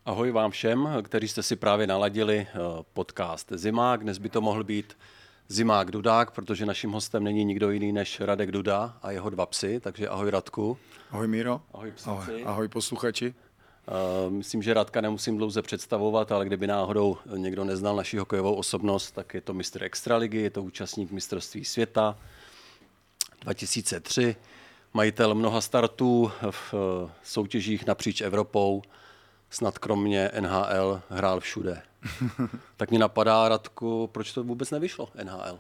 Ahoj vám všem, kteří jste si právě naladili podcast Zimák. Dnes by to mohl být Zimák Dudák, protože naším hostem není nikdo jiný než Radek Duda a jeho dva psy, takže ahoj Radku. Ahoj Míro. Ahoj psíci. Ahoj posluchači. Myslím, že Radka nemusím dlouze představovat, ale kdyby náhodou někdo neznal naši hokejovou osobnost, tak je to mistr Extraligy, je to účastník mistrovství světa 2003, majitel mnoha startů v soutěžích napříč Evropou, snad kromě NHL hrál všude. Tak mě napadá, Radku, proč to vůbec nevyšlo, NHL?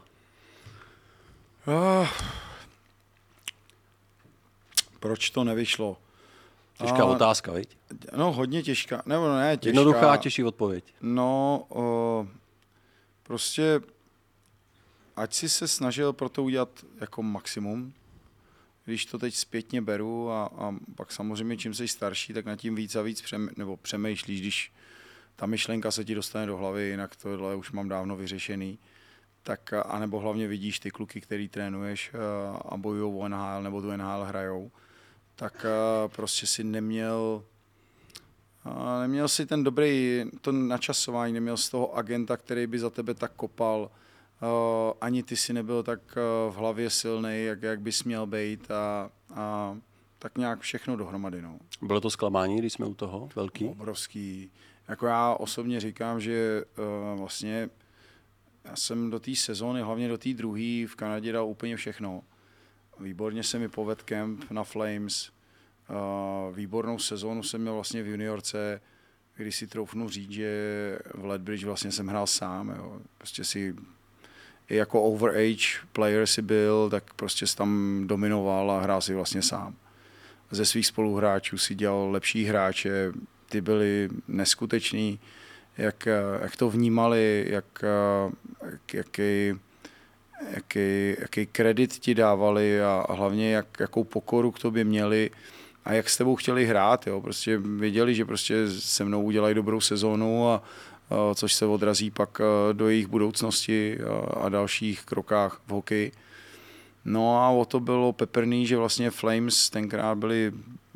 Proč to nevyšlo? Těžká otázka, viď? No, hodně těžká. Nebo ne, těžká. Jednoduchá, těžší odpověď. No, prostě ať si se snažil pro to udělat jako maximum. Když to teď zpětně beru a pak samozřejmě čím jsi starší, tak nad tím víc a víc přemýšlíš, když ta myšlenka se ti dostane do hlavy, jinak tohle už mám dávno vyřešený. Tak, anebo hlavně vidíš ty kluky, který trénuješ a bojují o NHL nebo tu NHL hrajou, tak prostě si neměl si ten dobrý, to načasování, neměl z toho agenta, který by za tebe tak kopal, ani ty si nebyl tak v hlavě silnej, jak bys měl být a tak nějak všechno dohromady. No. Bylo to zklamání, když jsme u toho? Velký? Obrovský. Jako já osobně říkám, že vlastně já jsem do té sezóny, hlavně do té druhé v Kanadě dal úplně všechno. Výborně se mi povedl kemp na Flames. Výbornou sezónu jsem měl vlastně v juniorce, kdy si troufnu říct, že v Lethbridge vlastně jsem hrál sám. Jo. Prostě si i jako overage player si byl, tak prostě si tam dominoval a hrál si vlastně sám. Ze svých spoluhráčů si dělal lepší hráče, ty byli neskuteční, jak to vnímali, jaký kredit ti dávali a hlavně jakou pokoru k tobě měli a jak s tebou chtěli hrát. Jo. Prostě věděli, že prostě se mnou udělají dobrou sezónu a což se odrazí pak do jejich budoucnosti a dalších krokách v hokeji. No a o to bylo peprný, že vlastně Flames tenkrát byli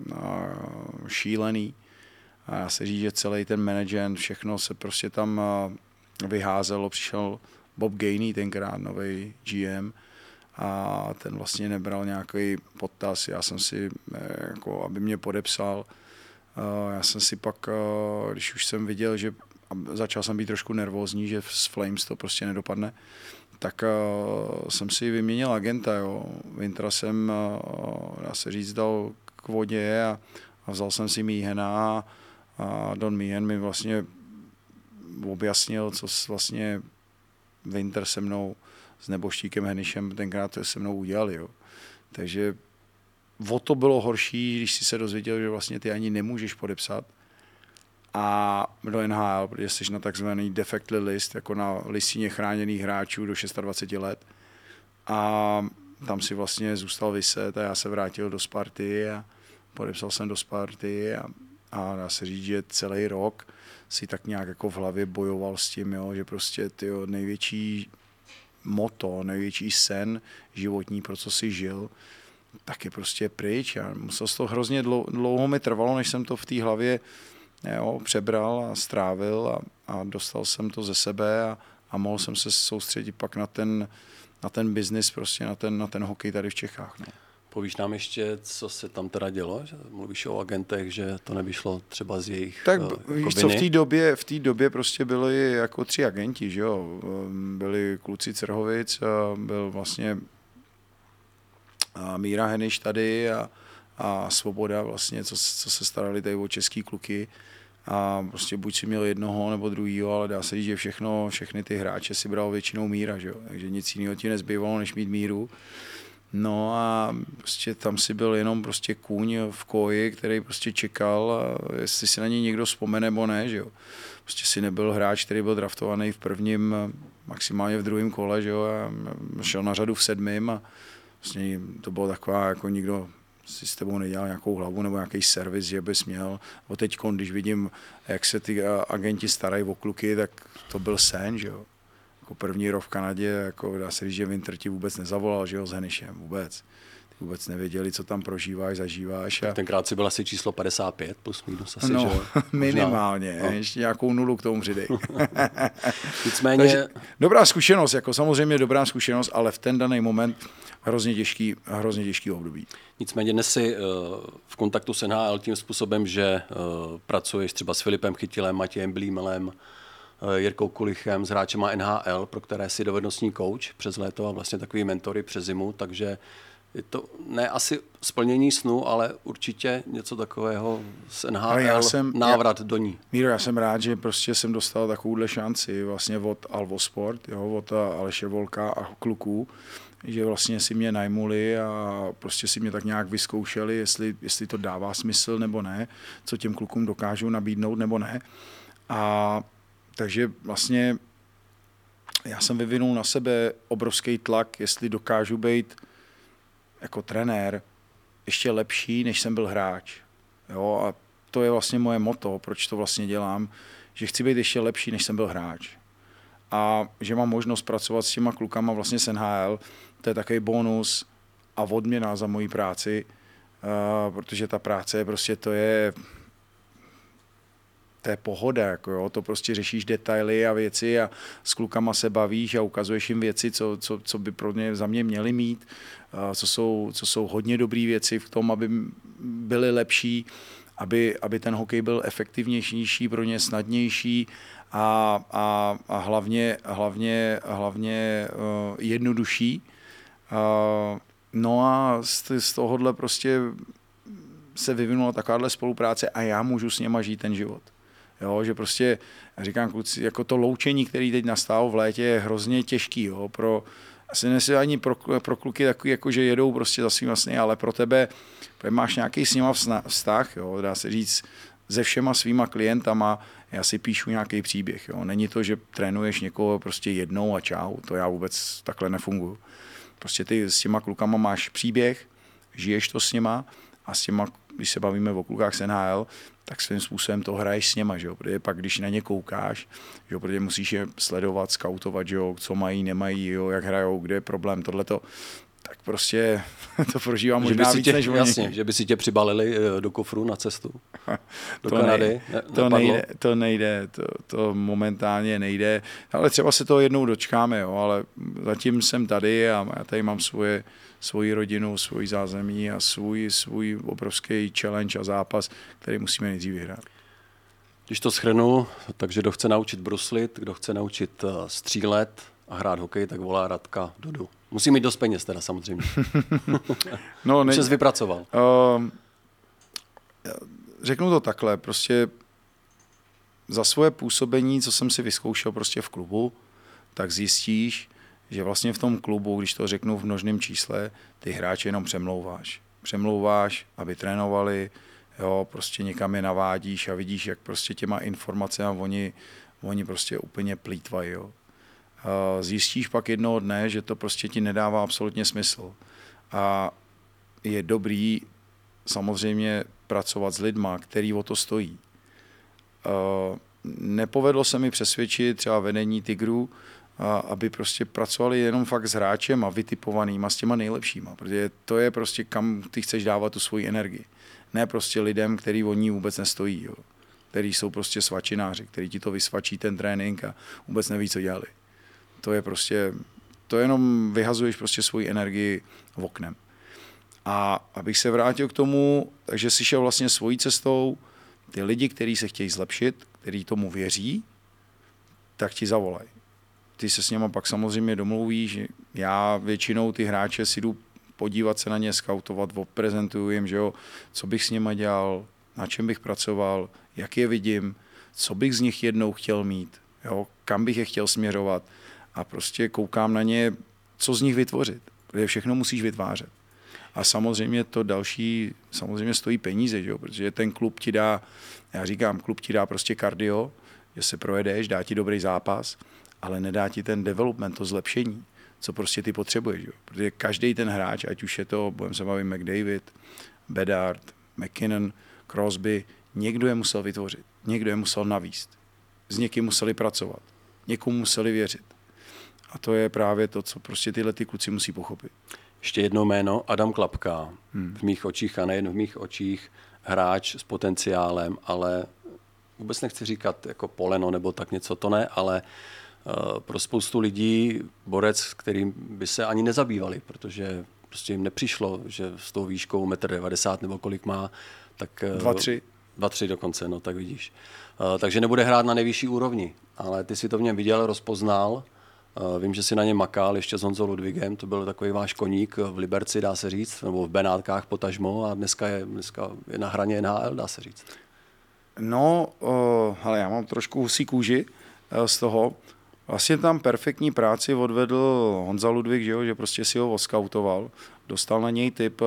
šílený. A já se říct, že celý ten management, všechno se prostě tam vyházelo. Přišel Bob Gainey tenkrát, nový GM, a ten vlastně nebral nějaký podtaz. Já jsem si, jako, aby mě podepsal, já jsem si pak, když už jsem viděl, že začal jsem být trošku nervózní, že s Flames to prostě nedopadne, tak jsem si vyměnil agenta. Jo. Wintra jsem, dá se říct, dal k vodě a vzal jsem si Meehana a Don Meehan mi vlastně objasnil, co vlastně Winter se mnou s Neboštíkem Henišem tenkrát se mnou udělali. Jo. Takže o to bylo horší, když si se dozvěděl, že vlastně ty ani nemůžeš podepsat a do NHL, protože jsi na takzvaný defectly list, jako na listině chráněných hráčů do 26 let. A tam si vlastně zůstal viset a já se vrátil do Sparty a podepsal jsem do Sparty a dá se říct, že celý rok si tak nějak jako v hlavě bojoval s tím, jo, že prostě tyjo, největší moto, největší sen životní, pro co si žil, tak je prostě pryč. A musel to hrozně dlouho mi trvalo, než jsem to v té hlavě přebral a strávil a dostal jsem to ze sebe a mohl jsem se soustředit pak na ten biznis, prostě na ten hokej tady v Čechách. No. Povíš nám ještě, co se tam teda dělo? Že mluvíš o agentech, že to nevyšlo třeba z jejich tak víš co, v té době prostě byli jako 3 agenti, že jo. Byli kluci Cerhovic, byl vlastně Míra Heniš tady a Svoboda vlastně, co se starali tady o český kluky. A prostě buď si měl jednoho nebo druhýho, ale dá se říct, že všechny ty hráče si bral většinou Míra, že jo. Takže nic jiného ti nezbývalo, než mít Míru. No a prostě tam si byl jenom prostě kůň v koji, který prostě čekal, jestli si na něj někdo vzpomene nebo ne, že jo. Prostě si nebyl hráč, který byl draftovaný v prvním, maximálně v druhém kole, že jo, a šel na řadu v 7. a vlastně to bylo taková, jako nikdo si s tebou nedělal nějakou hlavu nebo nějaký servis, že bys měl. A teď, když vidím, jak se ty agenti starají o kluky, tak to byl sen, že jo. Jako první rok v Kanadě, jako dá se říct, že Winter ti vůbec nezavolal, že jo, s Henišem, vůbec. vůbec nevěděli, co tam prožíváš, zažíváš. A... Tenkrát si byl asi číslo 55 plus minus asi, no, že? Minimálně, no. Ještě nějakou nulu k tomu přidej. Nicméně... Takže dobrá zkušenost, jako samozřejmě dobrá zkušenost, ale v ten daný moment hrozně těžký období. Nicméně dnes jsi v kontaktu s NHL tím způsobem, že pracuješ třeba s Filipem Chytilem, Matějem Blímelem, Jirkou Kulichem, s hráčema NHL, pro které si dovednostní coach přes léto a vlastně takový mentory přes zimu, takže je to ne asi splnění snu, ale určitě něco takového z NHL, návrat do ní. Míro, já jsem rád, že prostě jsem dostal takovouhle šanci vlastně od Alvosport, jo, od Aleše Volka a kluků, že vlastně si mě najmuli a prostě si mě tak nějak vyzkoušeli, jestli to dává smysl nebo ne, co těm klukům dokážou nabídnout nebo ne. A takže vlastně já jsem vyvinul na sebe obrovský tlak, jestli dokážu být jako trenér ještě lepší, než jsem byl hráč. Jo, a to je vlastně moje motto, proč to vlastně dělám, že chci být ještě lepší, než jsem byl hráč. A že mám možnost pracovat s těma klukama vlastně s NHL, to je takový bonus a odměna za moji práci, protože ta práce je prostě, to je pohoda, jako jo, to prostě řešíš detaily a věci a s klukama se bavíš a ukazuješ jim věci, co by pro ně, za mě měli mít, co jsou hodně dobré věci v tom, aby byly lepší, aby ten hokej byl efektivnější, pro ně snadnější a hlavně jednodušší. No a z tohohle prostě se vyvinula takováhle spolupráce a já můžu s něma žít ten život. Jo, že prostě, já říkám kluci, jako to loučení, který teď nastalo v létě, je hrozně těžký, jo, asi nesmí ani pro kluky takový, jako že jedou prostě za svým vlastně, ale pro tebe máš nějaký s nima vztah, jo, dá se říct, se všema svýma klientama, já si píšu nějaký příběh, jo, není to, že trénuješ někoho prostě jednou a čau, to já vůbec takhle nefunguju. Prostě ty s těma klukama máš příběh, žiješ to s nima a s těma, když se bavíme o klukách z NHL, tak svým způsobem to hraješ s něma, že jo? Protože pak, když na ně koukáš, že jo? Protože musíš je sledovat, skautovat, že jo? Co mají, nemají, jo? Jak hrajou, kde je problém, tohleto, tak prostě to prožívám možná víc než oni. Jasně, že by si tě přibalili do kofru na cestu do Kanady. To nejde, to momentálně nejde, ale třeba se toho jednou dočkáme, jo? Ale zatím jsem tady a já tady mám svoji rodinu, svoji zázemí a svůj obrovský challenge a zápas, který musíme nejdřív vyhrát. Když to shrnu, takže kdo chce naučit bruslit, kdo chce naučit střílet a hrát hokej, tak volá Radka Dudu. Musí mít dost peněz teda samozřejmě. No, už jsi vypracoval. Řeknu to takhle, prostě za svoje působení, co jsem si vyzkoušel prostě v klubu, tak zjistíš, že vlastně v tom klubu, když to řeknu v množném čísle, ty hráče jenom přemlouváš. Přemlouváš, aby trénovali, jo, prostě někam je navádíš a vidíš, jak prostě těma informacemi oni prostě úplně plýtvají, jo. Zjistíš pak jednoho dne, že to prostě ti nedává absolutně smysl. A je dobrý samozřejmě pracovat s lidma, který o to stojí. Nepovedlo se mi přesvědčit třeba vedení Tigrů, aby prostě pracovali jenom fakt s hráčem a vytipovanýma, s těma nejlepšíma, protože to je prostě kam ty chceš dávat tu svoji energii. Ne prostě lidem, který o ní vůbec nestojí, jo. Který jsou prostě svačináři, který ti to vysvačí ten trénink a vůbec neví, co dělali. To je prostě, to jenom vyhazuješ prostě svoji energii v oknem. A abych se vrátil k tomu, takže si šel vlastně svojí cestou, ty lidi, kteří se chtějí zlepšit, kteří tomu věří, tak ti zavolají. Ty se s něma pak samozřejmě domluvíš, já většinou ty hráče si jdu podívat se na ně, skautovat, odprezentuju jim, že jo, co bych s nima dělal, na čem bych pracoval, jak je vidím, co bych z nich jednou chtěl mít, jo, kam bych je chtěl směřovat a prostě koukám na ně, co z nich vytvořit, protože všechno musíš vytvářet. A samozřejmě to další, samozřejmě stojí peníze, že jo, protože ten klub ti dá, já říkám, klub ti dá prostě kardio, že se projedeš, dá ti dobrý zápas, ale nedá ti ten development, to zlepšení, co prostě ty potřebuješ. Jo? Protože každý ten hráč, ať už je to, budeme se bavit McDavid, Bedard, McKinnon, Crosby, někdo je musel vytvořit, někdo je musel navíst. S někým museli pracovat, někomu museli věřit. A to je právě to, co prostě tyhle ty kluci musí pochopit. Ještě jedno jméno, Adam Klapka. V mých očích a nejen v mých očích hráč s potenciálem, ale vůbec nechci říkat jako poleno nebo tak něco, to ne, ale pro spoustu lidí borec, kterým by se ani nezabývali, protože prostě jim nepřišlo, že s tou výškou 1,90 m nebo kolik má, tak 2,3 dokonce, no tak vidíš. Takže nebude hrát na nejvyšší úrovni, ale ty si to v něm viděl, rozpoznal. Vím, že si na něm makal ještě s Honzou Ludwigem, to byl takový váš koník v Liberci, dá se říct, nebo v Benátkách potažmo a dneska je na hraně NHL, dá se říct. No, ale já mám trošku husí kůži z toho. Vlastně tam perfektní práci odvedl Honza Ludwig, že prostě si ho oskautoval. Dostal na něj tip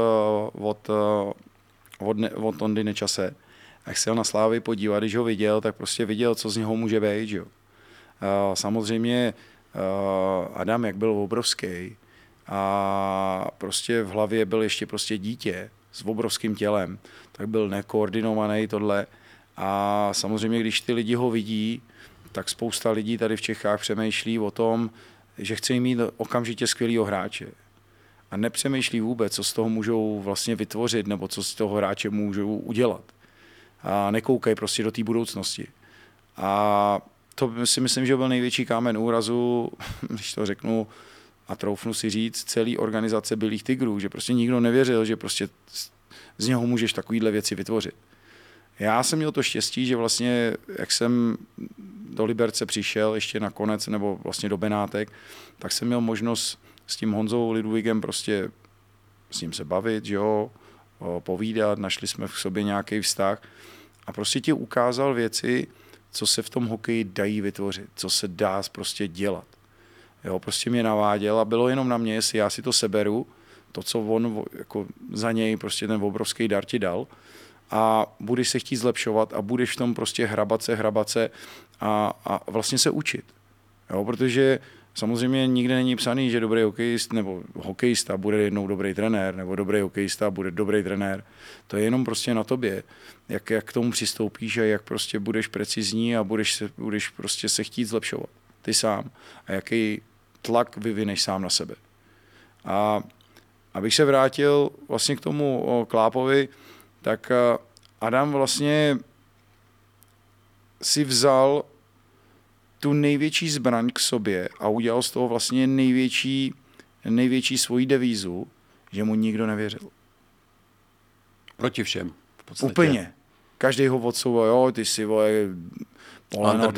od Ondy Nečase. A se na Slávy podívat, když ho viděl, tak prostě viděl, co z něho může být. Že? Samozřejmě Adam, jak byl obrovský a prostě v hlavě byl ještě prostě dítě s obrovským tělem, tak byl nekoordinovaný tohle. A samozřejmě, když ty lidi ho vidí, tak spousta lidí tady v Čechách přemýšlí o tom, že chce mít okamžitě skvělýho hráče. A nepřemýšlí vůbec, co z toho můžou vlastně vytvořit, nebo co z toho hráče můžou udělat. A nekoukají prostě do té budoucnosti. A to si myslím, že byl největší kámen úrazu, když to řeknu a troufnu si říct, celý organizace Bílých tygrů, že prostě nikdo nevěřil, že prostě z něho můžeš takovýhle věci vytvořit. Já jsem měl to štěstí, že vlastně, jak jsem do Liberce přišel ještě nakonec, nebo vlastně do Benátek, tak jsem měl možnost s tím Honzou Ludwigem prostě s ním se bavit, že jo, povídat, našli jsme v sobě nějaký vztah a prostě ti ukázal věci, co se v tom hokeji dají vytvořit, co se dá prostě dělat. Jo, prostě mě naváděl a bylo jenom na mě, jestli já si to seberu, to, co on jako za něj prostě ten obrovský dar ti dal, a budeš se chtít zlepšovat a budeš v tom prostě hrabat se a vlastně se učit. Jo, protože samozřejmě nikde není psaný, že dobrý hokejist nebo hokejista bude jednou dobrý trenér, nebo dobrý hokejista bude dobrý trenér. To je jenom prostě na tobě, jak k tomu přistoupíš a jak prostě budeš precizní a budeš prostě se chtít zlepšovat. Ty sám. A jaký tlak vyvineš sám na sebe. A abych se vrátil vlastně k tomu Klápovi, tak Adam vlastně si vzal tu největší zbraň k sobě a udělal z toho vlastně největší svoji devízu, že mu nikdo nevěřil. Proti všem. V podstatě. Úplně. Každý ho odsouval, jo, ty jsi, vole, poleno,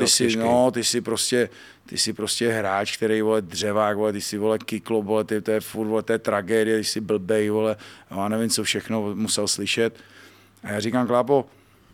ty jsi prostě hráč, který, vole, dřevák, vole, ty jsi, vole, kyklo, vole, to je furt, vole, to je tragédie, ty jsi blbej, vole, já nevím, co všechno musel slyšet. A já říkám, Klápo,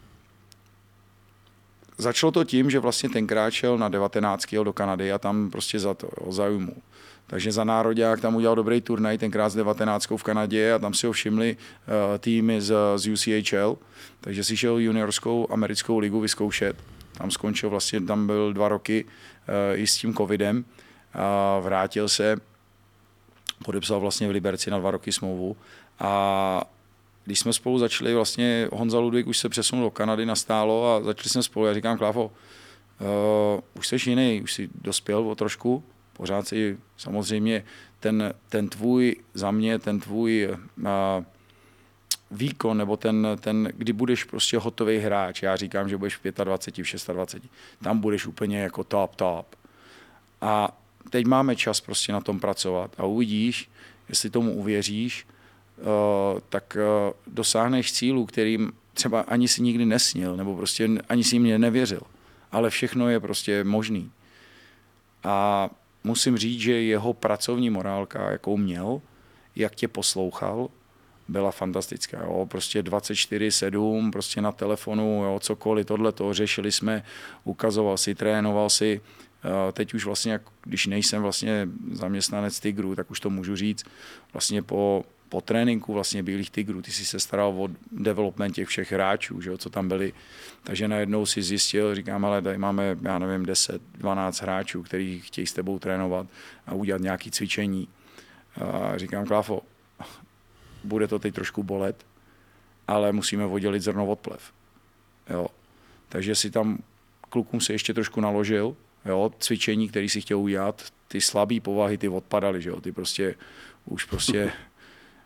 začalo to tím, že vlastně tenkrát šel na 19. do Kanady a tam prostě zajmul. Takže za nároďák tam udělal dobrý turnaj, tenkrát s 19. v Kanadě a tam si ho všimli týmy z UCHL, takže si šel juniorskou americkou ligu vyzkoušet. Tam skončil vlastně, tam byl 2 roky i s tím covidem, a vrátil se, podepsal vlastně v Liberci na 2 roky smlouvu a když jsme spolu začali, vlastně Honza Ludwig už se přesunul do Kanady nastálo a začali jsme spolu. Já říkám, Kláfo, už jsi jiný, už jsi dospěl o trošku, pořád si samozřejmě ten tvůj, za mě, ten tvůj výkon, nebo ten, kdy budeš prostě hotový hráč, já říkám, že budeš v 25, v 26, tam budeš úplně jako top. A teď máme čas prostě na tom pracovat a uvidíš, jestli tomu uvěříš, tak dosáhneš cílu, kterým třeba ani si nikdy nesnil, nebo prostě ani si jim nevěřil. Ale všechno je prostě možný. A musím říct, že jeho pracovní morálka, jakou měl, jak tě poslouchal, byla fantastická. Jo? Prostě 24/7, prostě na telefonu, jo? Cokoliv, tohleto, řešili jsme, ukazoval si, trénoval si. Teď už vlastně, když nejsem vlastně zaměstnanec Tigrů, tak už to můžu říct, vlastně po tréninku vlastně Bílých tygrů, ty jsi se staral o development těch všech hráčů, že jo, co tam byli. Takže najednou si zjistil, říkám, ale tady máme, já nevím, 10-12 hráčů, kteří chtějí s tebou trénovat a udělat nějaké cvičení. A říkám, Kláfo, bude to teď trošku bolet, ale musíme oddělit zrno od plev. Jo. Takže si tam klukům se ještě trošku naložil, jo, cvičení, které si chtěl udělat, ty slabý povahy, ty odpadaly, že jo, ty prostě už prostě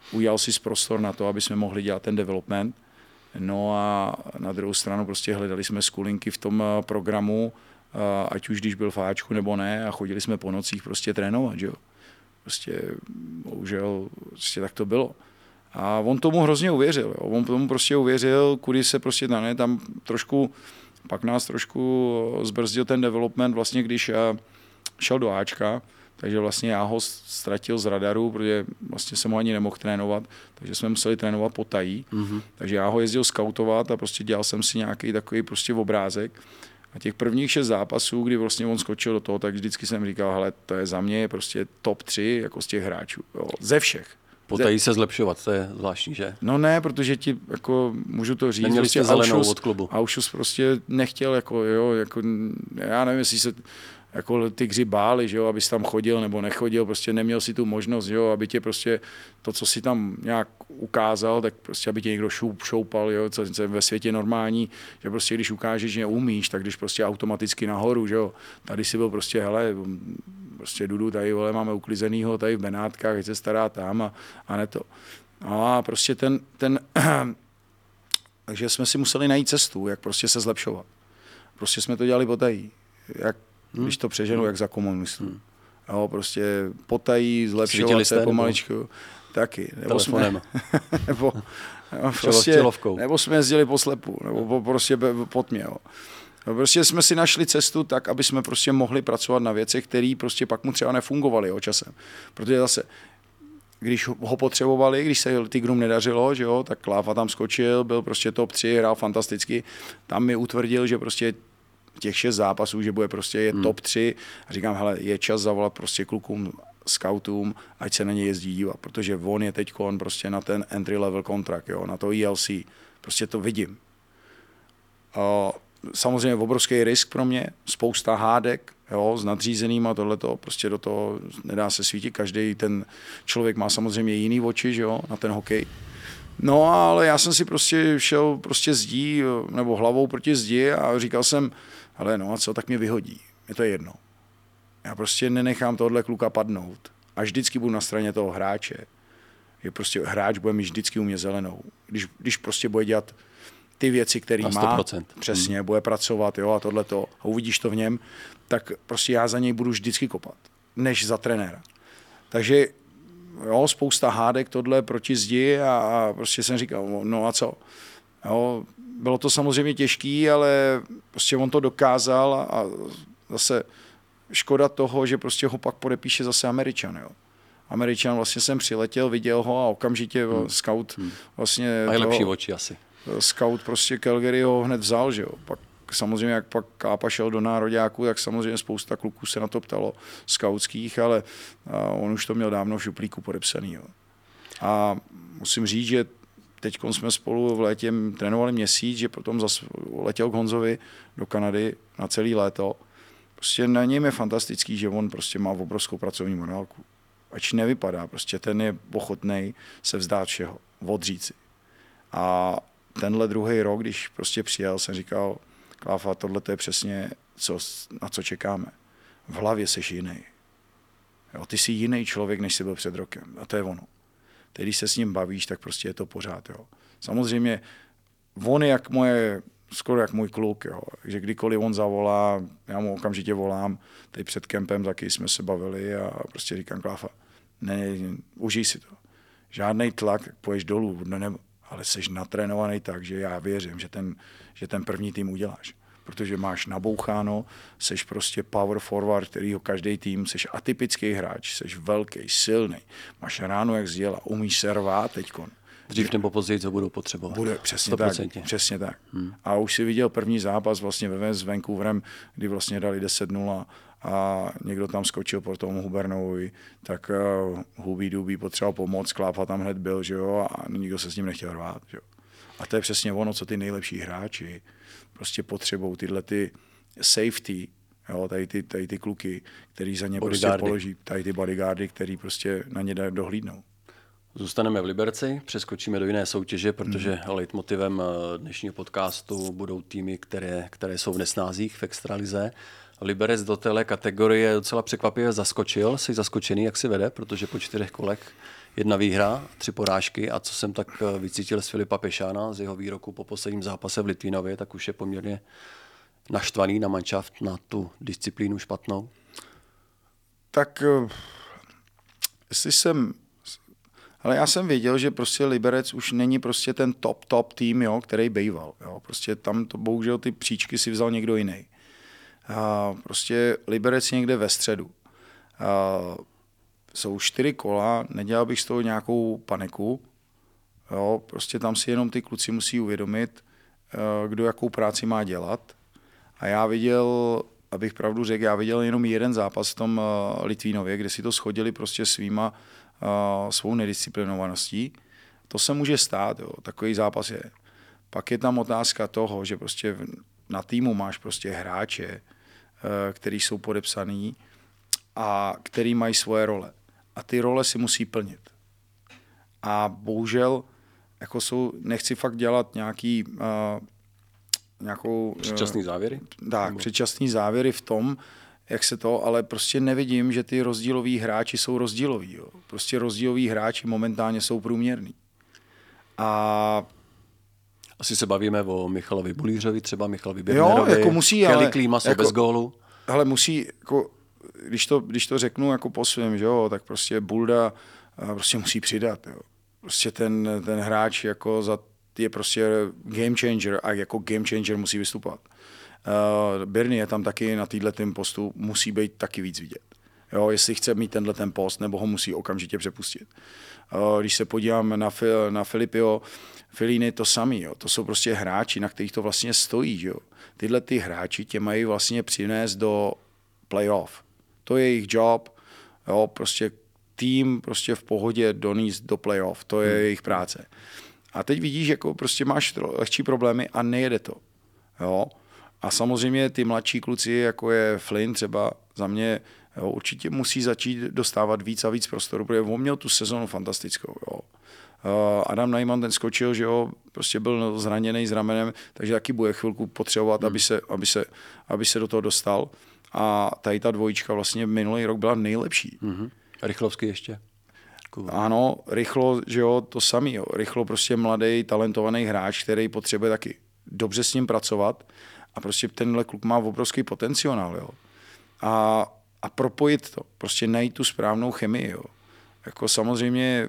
udělal si prostor na to, aby jsme mohli dělat ten development. No a na druhou stranu prostě hledali jsme skulinky v tom programu, ať už když byl v Ačku nebo ne, a chodili jsme po nocích prostě trénovat, že jo. Prostě bohužel prostě tak to bylo. A on tomu hrozně uvěřil, jo. On tomu prostě uvěřil, kudy se prostě tam trošku, pak nás trošku zbrzdil ten development vlastně, když šel do Ačka, takže vlastně já ho ztratil z radaru, protože vlastně jsem ho ani nemohl trénovat, takže jsme museli trénovat po tají. Takže já ho jezdil skautovat a prostě dělal jsem si nějaký takový prostě obrázek. A těch prvních 6 zápasů, kdy vlastně on skočil do toho, tak vždycky jsem říkal, hele, to je za mě prostě top 3 jako z těch hráčů, jo, ze všech. Potají se zlepšovat, to je zvláštní, že? No ne, protože ti, jako, můžu to říct, neměli jste zelenou od klubu. Aušus prostě nechtěl, jako, jo, jako, já nevím, jestli se jako tygři báli, že jo, abys tam chodil nebo nechodil, prostě neměl si tu možnost, že jo, aby tě prostě to, co si tam nějak ukázal, tak prostě, aby tě někdo šoupal, jo, co je ve světě normální, že prostě když ukážeš, že umíš, tak když prostě automaticky nahoru, že jo, tady si byl prostě, hele, prostě Dudu, tady, vole, máme uklizenýho tady v Benátkách, ať se stará tam a ne to. A prostě takže jsme si museli najít cestu, jak prostě se zlepšovat. Prostě jsme to dělali potají, jak když to přeženu, jak za komunistů. Jo, prostě potají, zlepšovat se pomaličku. Taky. Telefonem. Nebo jsme jezdili po slepu, nebo prostě po tmě. Jo. Prostě jsme si našli cestu tak, aby jsme prostě mohli pracovat na věcech, které prostě pak mu třeba nefungovaly, jo, časem. Protože zase, když ho potřebovali, když se Tigrům nedařilo, že jo, tak Kláfa tam skočil, byl prostě top 3, hrál fantasticky. Tam mi utvrdil, že prostě těch 6 zápasů, že bude prostě je top 3 a říkám, hele, je čas zavolat prostě klukům, scoutům, ať se na ně jezdí dívat, protože on je teďkon prostě na ten entry level kontrakt, jo, na to ELC, prostě to vidím. Samozřejmě obrovský risk pro mě, spousta hádek, jo, s nadřízenýma, tohleto, prostě do toho nedá se svítit, každý ten člověk má samozřejmě jiný oči, že jo, na ten hokej. No, ale já jsem si prostě šel prostě zdí, nebo hlavou proti zdi a říkal jsem, hele, no a co, tak mě vyhodí, je to jedno. Já prostě nenechám tohle kluka padnout a vždycky budu na straně toho hráče. Je prostě hráč bude mít vždycky u mě zelenou. Když prostě bude dělat ty věci, které má, přesně, bude pracovat, jo, a tohleto, a uvidíš to v něm, tak prostě já za něj budu vždycky kopat, než za trenéra. Takže jo, spousta hádek tohle proti zdi a prostě jsem říkal, no a co? Jo, bylo to samozřejmě těžký, ale prostě on to dokázal a zase škoda toho, že prostě ho pak podepíše zase Američan, jo. Američan vlastně jsem přiletěl, viděl ho a okamžitě scout vlastně... Mají lepší oči asi. Scout prostě Calgary ho hned vzal, že jo. Pak samozřejmě, jak pak Kápa šel do nároďáku, tak samozřejmě spousta kluků se na to ptalo skautských, ale on už to měl dávno v šuplíku podepsaný, jo. A musím říct, že teď jsme spolu v létě trénovali měsíc, že potom zase letěl k Honzovi do Kanady na celý léto. Prostě na něm je fantastický, že on prostě má obrovskou pracovní morálku. Ač nevypadá, prostě ten je ochotnej se vzdát všeho, odřít si. A tenhle druhý rok, když prostě přijel, jsem říkal, Kláfa, tohle je přesně, na co čekáme. V hlavě seš jiný. Jo, ty jsi jiný člověk, než jsi byl před rokem. A to je ono. Teď, když se s ním bavíš, tak prostě je to pořád. Jo. Samozřejmě, on je skoro jak můj kluk, jo. Takže kdykoliv on zavolá, já mu okamžitě volám. Teď před kempem taky jsme se bavili a prostě říkám, Kláfa, ne, užij si to. Žádnej tlak, poješ dolů, ale jsi natrénovaný tak, že já věřím, že ten první tým uděláš. Protože máš naboucháno, jsi prostě power forward, kterýho každý tým, jsi atypický hráč, jsi velký, silný, máš ráno jak zděla, umíš se rvát teďkon. Dřív nebo později to budou potřebovat. Bude, přesně 100%. Tak. Přesně tak. A už si viděl první zápas vlastně s Vancouverem, kdy vlastně dali 10-0 a někdo tam skočil po tomu Hubernovi, tak Hubí Dubí potřeboval pomoc, Klápa tam hned byl, že jo, a nikdo se s ním nechtěl rvát, že jo. A to je přesně ono, co ty nejlepší hráči prostě potřebují, tyhle ty safety, jo, tady ty kluky, který za ně prostě položí, tady ty bodyguardy, který prostě na ně dohlídnou. Zůstaneme v Liberci, přeskočíme do jiné soutěže, protože leitmotivem dnešního podcastu budou týmy, které jsou v nesnázích v extralize. Liberec do téhle kategorie docela překvapivě zaskočil. Jsi zaskočený, jak si vede, protože po 4 kolech 1 výhra, 3 porážky a co jsem tak vycítil z Filipa Pešána, z jeho výroku po posledním zápase v Litvínově, tak už je poměrně naštvaný na manšaft, na tu disciplínu špatnou. Tak ale já jsem věděl, že prostě Liberec už není prostě ten top tým, jo, který bejval. Jo. Prostě tam to bohužel ty příčky si vzal někdo jiný. Prostě Liberec někde ve středu. Jsou 4 kola, nedělal bych z toho nějakou paniku. Jo. Prostě tam si jenom ty kluci musí uvědomit, kdo jakou práci má dělat. A já viděl, abych pravdu řekl, já viděl jenom jeden zápas v tom Litvínově, kde si to shodili prostě svou nedisciplinovaností. To se může stát, jo. Takový zápas je. Pak je tam otázka toho, že prostě na týmu máš prostě hráče, který jsou podepsaný a který mají svoje role. A ty role si musí plnit. A bohužel jako nechci fakt dělat nějakou... Předčasný závěry? Tak, předčasný závěry v tom, jak se to, ale prostě nevidím, že ty rozdíloví hráči jsou rozdíloví. Jo. Prostě rozdíloví hráči momentálně jsou průměrní. A asi se bavíme o Michalovi Bulířovi, třeba Michalovi Birnerovi, jako musí, Kelly Klíma jsou jako, bez gólu. Ale musí, jako, když to řeknu jako po svém, že jo, tak prostě Bulda prostě musí přidat. Jo. Prostě ten hráč jako je prostě game changer a jako game changer musí vystupovat. Birny je tam taky na této postu, musí být taky víc vidět. Jo, jestli chce mít ten post, nebo ho musí okamžitě přepustit. Když se podívám na Filipio, Filíny to samý, jo. To jsou prostě hráči, na kterých to vlastně stojí. Jo. Tyhle ty hráči tě mají vlastně přinést do playoff. To je jejich job, jo, prostě tým prostě v pohodě donést do playoff, to je jejich práce. A teď vidíš, jako prostě máš lehčí problémy a nejede to. Jo. A samozřejmě ty mladší kluci, jako je Flynn třeba za mě, jo, určitě musí začít dostávat víc a víc prostoru, protože on měl tu sezonu fantastickou. Jo. Adam Najman ten skočil, že jo, prostě byl zraněný s ramenem, takže taky bude chvilku potřebovat, aby se do toho dostal. A tady ta dvojička vlastně minulý rok byla nejlepší. Rychlovský ještě. Ano, Rychlo, že jo, to samý. Jo. Rychlo prostě mladý, talentovaný hráč, který potřebuje taky dobře s ním pracovat. A prostě tenhle kluk má obrovský potenciál, jo. A propojit to, prostě najít tu správnou chemii, jo. Jako samozřejmě,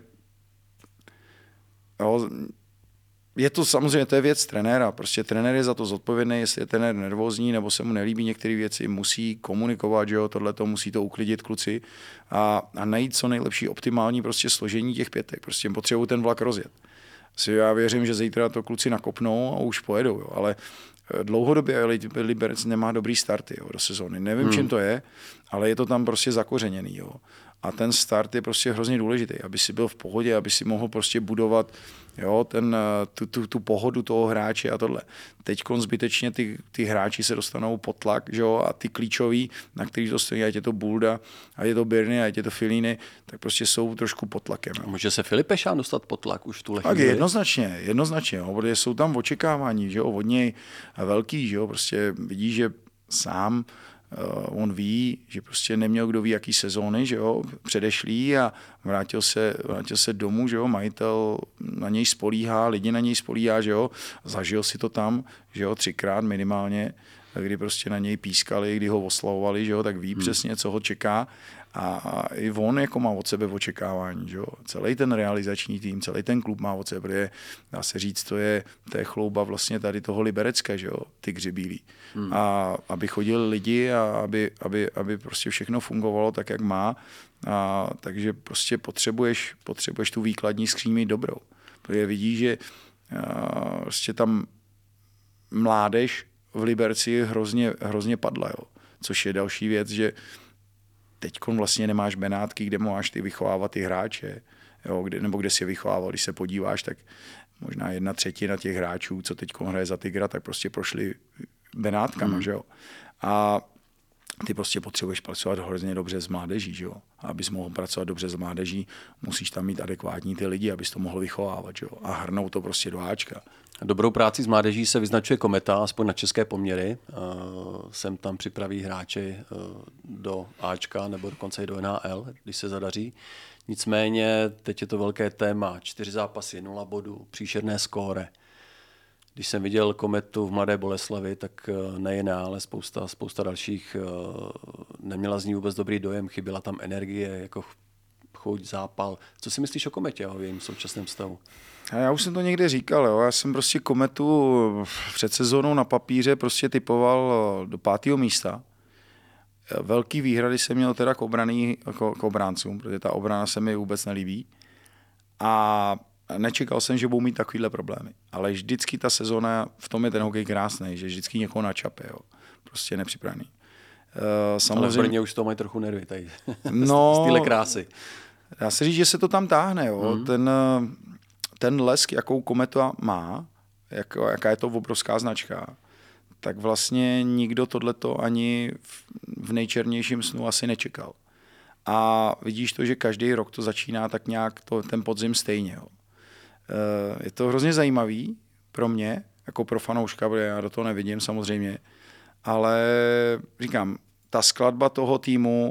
jo, je to samozřejmě, to je věc trenéra, prostě trenér je za to zodpovědný, jestli je trenér nervózní, nebo se mu nelíbí některé věci, musí komunikovat, že jo, tohleto, musí to uklidit kluci a najít co nejlepší optimální prostě složení těch 5, prostě potřebují ten vlak rozjet. Já věřím, že zítra to kluci nakopnou a už pojedou, jo, ale dlouhodobě Liberec nemá dobrý starty, jo, do sezóny. Nevím, čím to je, ale je to tam prostě zakořeněný. Jo. A ten start je prostě hrozně důležitý, aby si byl v pohodě, aby si mohl prostě budovat, jo, tu pohodu toho hráče a tohle. Teďkon zbytečně ty hráči se dostanou pod tlak, že jo, a ty klíčoví, na kterých to stojí, ať je to Bulda, ať je to Birny, ať je to Filíny, tak prostě jsou trošku pod tlakem. Jo. A může se Filip Pešán dostat pod tlak už v tuhle chvíli? Tak jednoznačně, jo, protože jsou tam očekávání, že jo, od něj velký, že jo, prostě vidí, že sám on ví, že prostě neměl kdo ví jaký sezóny, že jo, předešlý a vrátil se domů, že jo, majitel na něj spolíhá, lidi na něj spolíhá, že jo, zažil si to tam, že jo, 3krát minimálně, kdy prostě na něj pískali, kdy ho oslavovali, že jo, tak ví přesně, co ho čeká a i on jako má od sebe očekávání, že jo. Celý ten realizační tým, celý ten klub má od sebe, protože dá se říct, to je chlouba vlastně tady toho Liberecka, že jo, Tygři bílí. A aby chodili lidi a aby prostě všechno fungovalo tak, jak má, a takže prostě potřebuješ tu výkladní skříň mít dobrou. Protože vidíš, že prostě tam mládež v Liberci hrozně padla, jo. Což je další věc, že teďkon vlastně nemáš Benátky, kde máš ty vychovávat ty hráče, jo, nebo kde si je vychovával. Když se podíváš, tak možná 1/3 těch hráčů, co teďkon hraje za Tygra, tak prostě prošli Benátkama, že jo. A ty prostě potřebuješ pracovat hrozně dobře s mládeží, že jo? A abys mohl pracovat dobře s mládeží, musíš tam mít adekvátní ty lidi, abys to mohl vychovávat, že jo? A hrnout to prostě do Ačka. Dobrou práci s mládeží se vyznačuje Kometa, aspoň na české poměry. Sem tam připraví hráči do Ačka nebo dokonce i do NHL, když se zadaří. Nicméně teď je to velké téma. 4 zápasy, 0 bodů, příšerné skóre. Když jsem viděl Kometu v Mladé Boleslavi, tak nejen já, ale spousta dalších neměla z ní vůbec dobrý dojem. Chyběla tam energie, jako chuť, zápal. Co si myslíš o Kometě, o jejím současném stavu? Já už jsem to někde říkal, jo. Já jsem prostě Kometu před sezónou na papíře prostě typoval do 5. místa. Velký výhrady jsem měl teda k obráncům, protože ta obrana se mi vůbec nelíbí. A nečekal jsem, že budou mít takovýhle problémy. Ale vždycky ta sezóna, v tom je ten hokej krásný, že vždycky někoho načape, jo. Prostě nepřipravený. Samozřejmě... Ale v Brně už to mají trochu nervy tady. No, z téhle krásy. Dá se říct, že se to tam táhne, jo. Ten lesk, jakou Kometa má, jaká je to obrovská značka, tak vlastně nikdo tohleto ani v nejčernějším snu asi nečekal. A vidíš to, že každý rok to začíná tak nějak ten podzim stejně. Jo. Je to hrozně zajímavý pro mě, jako pro fanouška, protože já do toho nevidím samozřejmě, ale říkám, ta skladba toho týmu,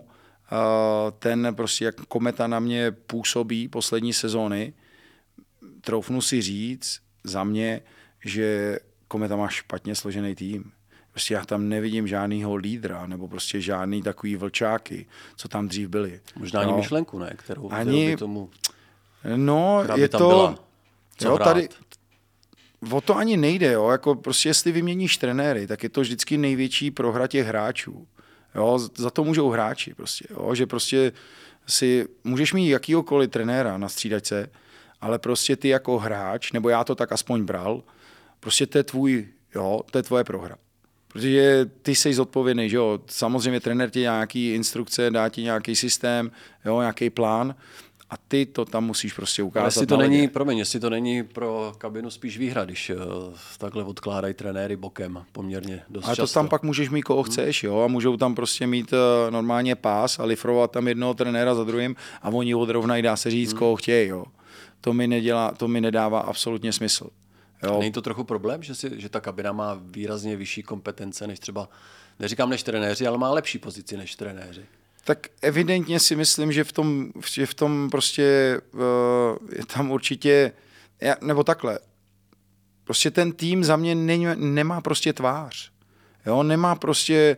ten prostě, jak Kometa na mě působí poslední sezóny, troufnu si říct za mě, že Kometa má špatně složený tým. Prostě já tam nevidím žádnýho lídra, nebo prostě žádný takový vlčáky, co tam dřív byli. Možná ani myšlenku, ne? Kterou by tomu... No, je tam to... Byla. Jo, tady... O to ani nejde, jo. Jako prostě jestli vyměníš trenéry, tak je to vždycky největší prohra těch hráčů. Jo, za to můžou hráči prostě, jo, že prostě si můžeš mít jakýhokoliv trenéra na střídačce, ale prostě ty jako hráč, nebo já to tak aspoň bral, prostě to je tvoje prohra. Protože ty jsi zodpovědný, že jo. Samozřejmě trenér ti nějaký instrukce, dá ti nějaký systém, jo, nějaký plán a ty to tam musíš prostě ukázat. Jestli to není pro kabinu spíš výhra, když takhle odkládají trenéry bokem poměrně dost často. Ale to tam pak můžeš mít koho chceš, jo, a můžou tam prostě mít normálně pás a lifrovat tam jednoho trenéra za druhým a oni odrovnají, dá se říct, koho chtějí, jo. To mi nedává absolutně smysl. Jo. Není to trochu problém, že ta kabina má výrazně vyšší kompetence než třeba, neříkám než trenéři, ale má lepší pozici než trenéři? Tak evidentně si myslím, že v tom prostě je tam určitě, nebo takhle, prostě ten tým za mě nemá prostě tvář, jo, nemá prostě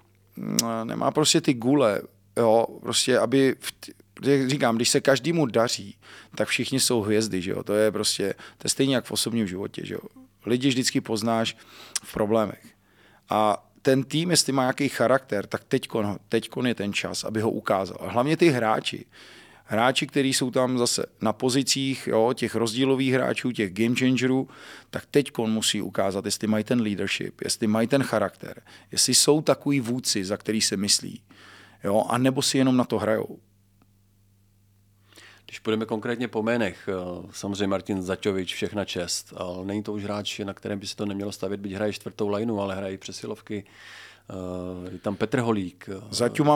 ty gule, jo, prostě aby, říkám, když se každému daří, tak všichni jsou hvězdy, že jo, to je stejně jak v osobním životě, že jo, lidi vždycky poznáš v problémech a ten tým, jestli má nějaký charakter, tak teďkon je ten čas, aby ho ukázal. A hlavně ty hráči, kteří jsou tam zase na pozicích, jo, těch rozdílových hráčů, těch game changerů, tak teďkon musí ukázat, jestli mají ten leadership, jestli mají ten charakter, jestli jsou takový vůdci, za který se myslí, jo, a nebo si jenom na to hrajou. Když půjdeme konkrétně po jménech, samozřejmě Martin Zaťovič, všechna čest, ale není to už hráč, na kterém by se to nemělo stavět, byť hraje 4. lineu, ale hraje přesilovky. Je tam Petr Holík. Zaťu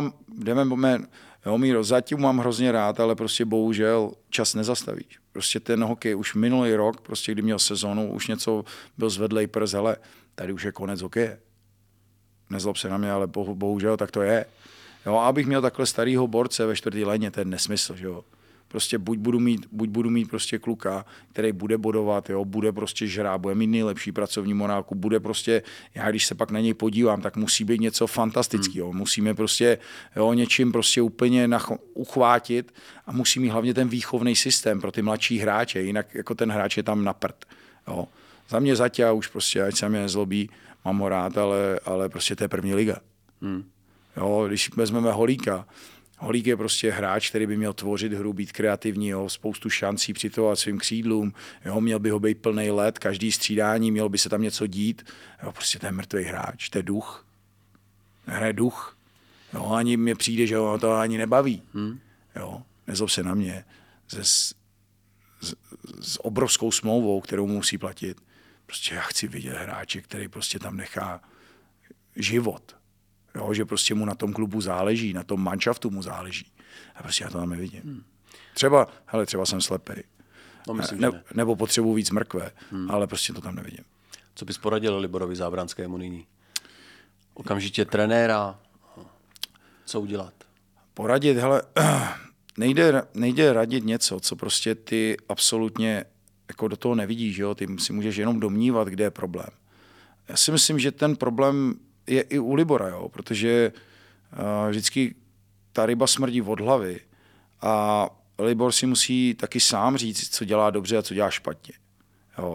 mám hrozně rád, ale prostě bohužel čas nezastavíš. Prostě ten hokej už minulý rok, prostě kdy měl sezonu, už něco byl zvedlej prst, hele, tady už je konec hokeje. Nezlob se na mě, ale bohužel tak to je. Jo, abych měl takhle starýho borce ve 4. léně, to je nesmysl, že jo. Prostě buď budu mít prostě kluka, který bude bodovat, jo, bude prostě žrát, bude mít nejlepší pracovní morálku, bude prostě, já když se pak na něj podívám, tak musí být něco fantastického. Musíme prostě, jo, něčím prostě úplně uchvátit a musí mít hlavně ten výchovný systém pro ty mladší hráče, jinak jako ten hráč je tam na prd. Jo. Za mě Zaťa už prostě, ať se mě nezlobí, mám ho rád, ale prostě to je první liga. Jo, když vezmeme Holíka, Holík je prostě hráč, který by měl tvořit hru, být kreativní, jo, spoustu šancí přitahovat svým křídlům, jo, měl by ho být plný let, každý střídání, mělo by se tam něco dít. Jo, prostě to je mrtvý hráč, to je duch. Hraje duch. Jo, ani mně přijde, že ho to ani nebaví. Jo, nezlob se na mě. S obrovskou smlouvou, kterou musí platit. Prostě já chci vidět hráče, který prostě tam nechá život. Jo, že prostě mu na tom klubu záleží, na tom manšaftu mu záleží. A prostě já to tam nevidím. Třeba jsem slepej. No, myslím, že ne. Nebo potřebuji víc mrkve, ale prostě to tam nevidím. Co bys poradil Liborovi Zábranskému nyní? Okamžitě trenéra, co udělat? Poradit, nejde radit něco, co prostě ty absolutně jako do toho nevidíš, jo? Ty si můžeš jenom domnívat, kde je problém. Já si myslím, že ten problém je i u Libora, jo? Protože vždycky ta ryba smrdí od hlavy a Libor si musí taky sám říct, co dělá dobře a co dělá špatně. Jo?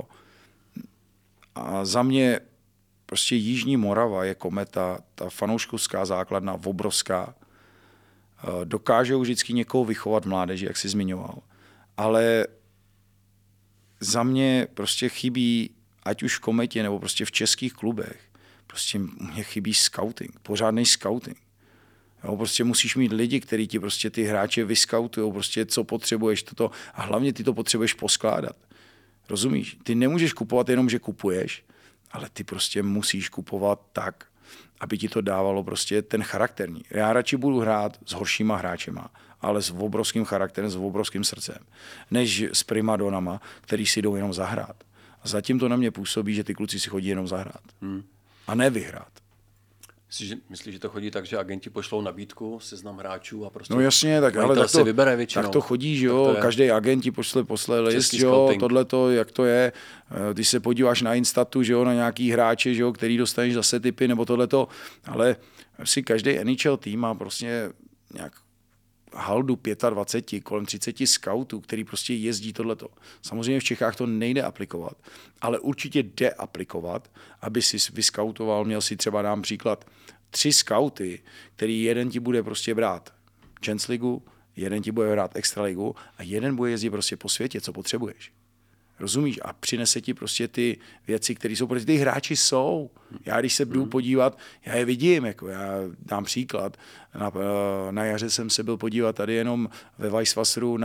A za mě prostě Jižní Morava je Kometa, ta fanouškovská základna obrovská. Dokážou vždycky někoho vychovat mládeži, jak jsi zmiňoval. Ale za mě prostě chybí, ať už v Kometě nebo prostě v českých klubech, prostě mě chybí scouting, pořádný scouting. Jo, prostě musíš mít lidi, kteří ti prostě ty hráče vyskautujou, prostě co potřebuješ toto a hlavně ty to potřebuješ poskládat. Rozumíš? Ty nemůžeš kupovat jenom, že kupuješ, ale ty prostě musíš kupovat tak, aby ti to dávalo prostě ten charakterní. Já radši budu hrát s horšíma hráčema, ale s obrovským charakterem, s obrovským srdcem, než s primadonama, který si jdou jenom zahrát. A zatím to na mě působí, že ty kluci si chodí jenom zahrát. A ne vyhrát. Myslíš, že to chodí tak, že agenti pošlou nabídku, seznam hráčů a prostě... No jasně, tak ale tak to vybere většinou. Tak to chodí, že jo, každý agenti pošle list, že jo, tohleto, jak to je. Když se podíváš na Instatu, že jo, na nějaký hráče, že jo, který dostaneš zase typy nebo tohleto, ale si každý NHL tým má prostě nějak haldu 25, kolem 30 scoutů, který prostě jezdí tohleto. Samozřejmě v Čechách to nejde aplikovat, ale určitě jde aplikovat, aby si vyskautoval, měl si třeba, dám příklad, 3 skauty, který jeden ti bude prostě brát Champions League, jeden ti bude hrát Extraligu a jeden bude jezdit prostě po světě, co potřebuješ. Rozumíš? A přinese ti prostě ty věci, které jsou, protože ty hráči jsou. Já když se jdu podívat, já je vidím, jako já dám příklad. Na jaře jsem se byl podívat tady jenom ve Weisswasseru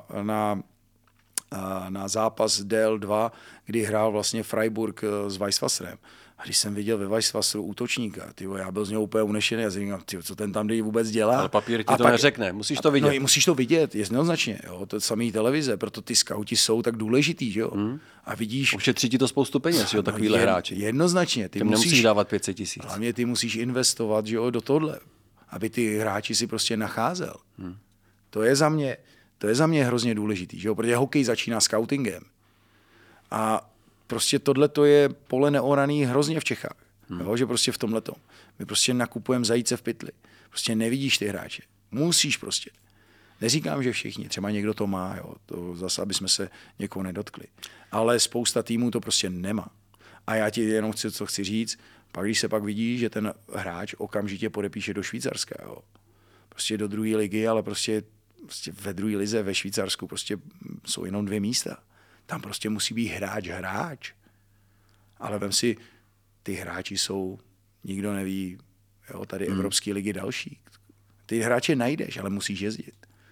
na zápas DL2, kdy hrál vlastně Freiburg s Weisswasserem. A když jsem viděl ve Weisswasseru útočníka, já byl z něho úplně unešený a říkám, co ten tam vůbec dělá. Ale papír ti to neřekne, musíš to vidět. No, musíš to vidět, jednoznačně, jo, to je samý televize, proto ty skauti jsou tak důležitý, že jo. A vidíš... Ušetří ti to spoustu peněz, jo, takovýhle hráči. Jednoznačně. Ty nemusíš dávat 500 000. Hlavně ty musíš investovat, že jo, do tohle, aby ty hráči si prostě nacházel. To je za mě hrozně důležitý, že jo, protože hokej začíná scoutingem. A prostě tohleto je pole neoraný hrozně v Čechách. Jo, že prostě v tomhletom. My prostě nakupujeme zajíce v pytli. Prostě nevidíš ty hráče. Musíš prostě. Neříkám, že všichni. Třeba někdo to má. Jo. To zase, aby jsme se někoho nedotkli. Ale spousta týmů to prostě nemá. A já ti jenom chci říct, pak když se pak vidí, že ten hráč okamžitě podepíše do Švýcarska. Jo. Prostě do druhé ligy, ale prostě ve druhé lize ve Švýcarsku prostě jsou jenom 2 místa. Tam prostě musí být hráč. Ale vem si, ty hráči jsou, nikdo neví, jo, tady Evropské ligy další. Ty hráče najdeš, ale musíš jezdit.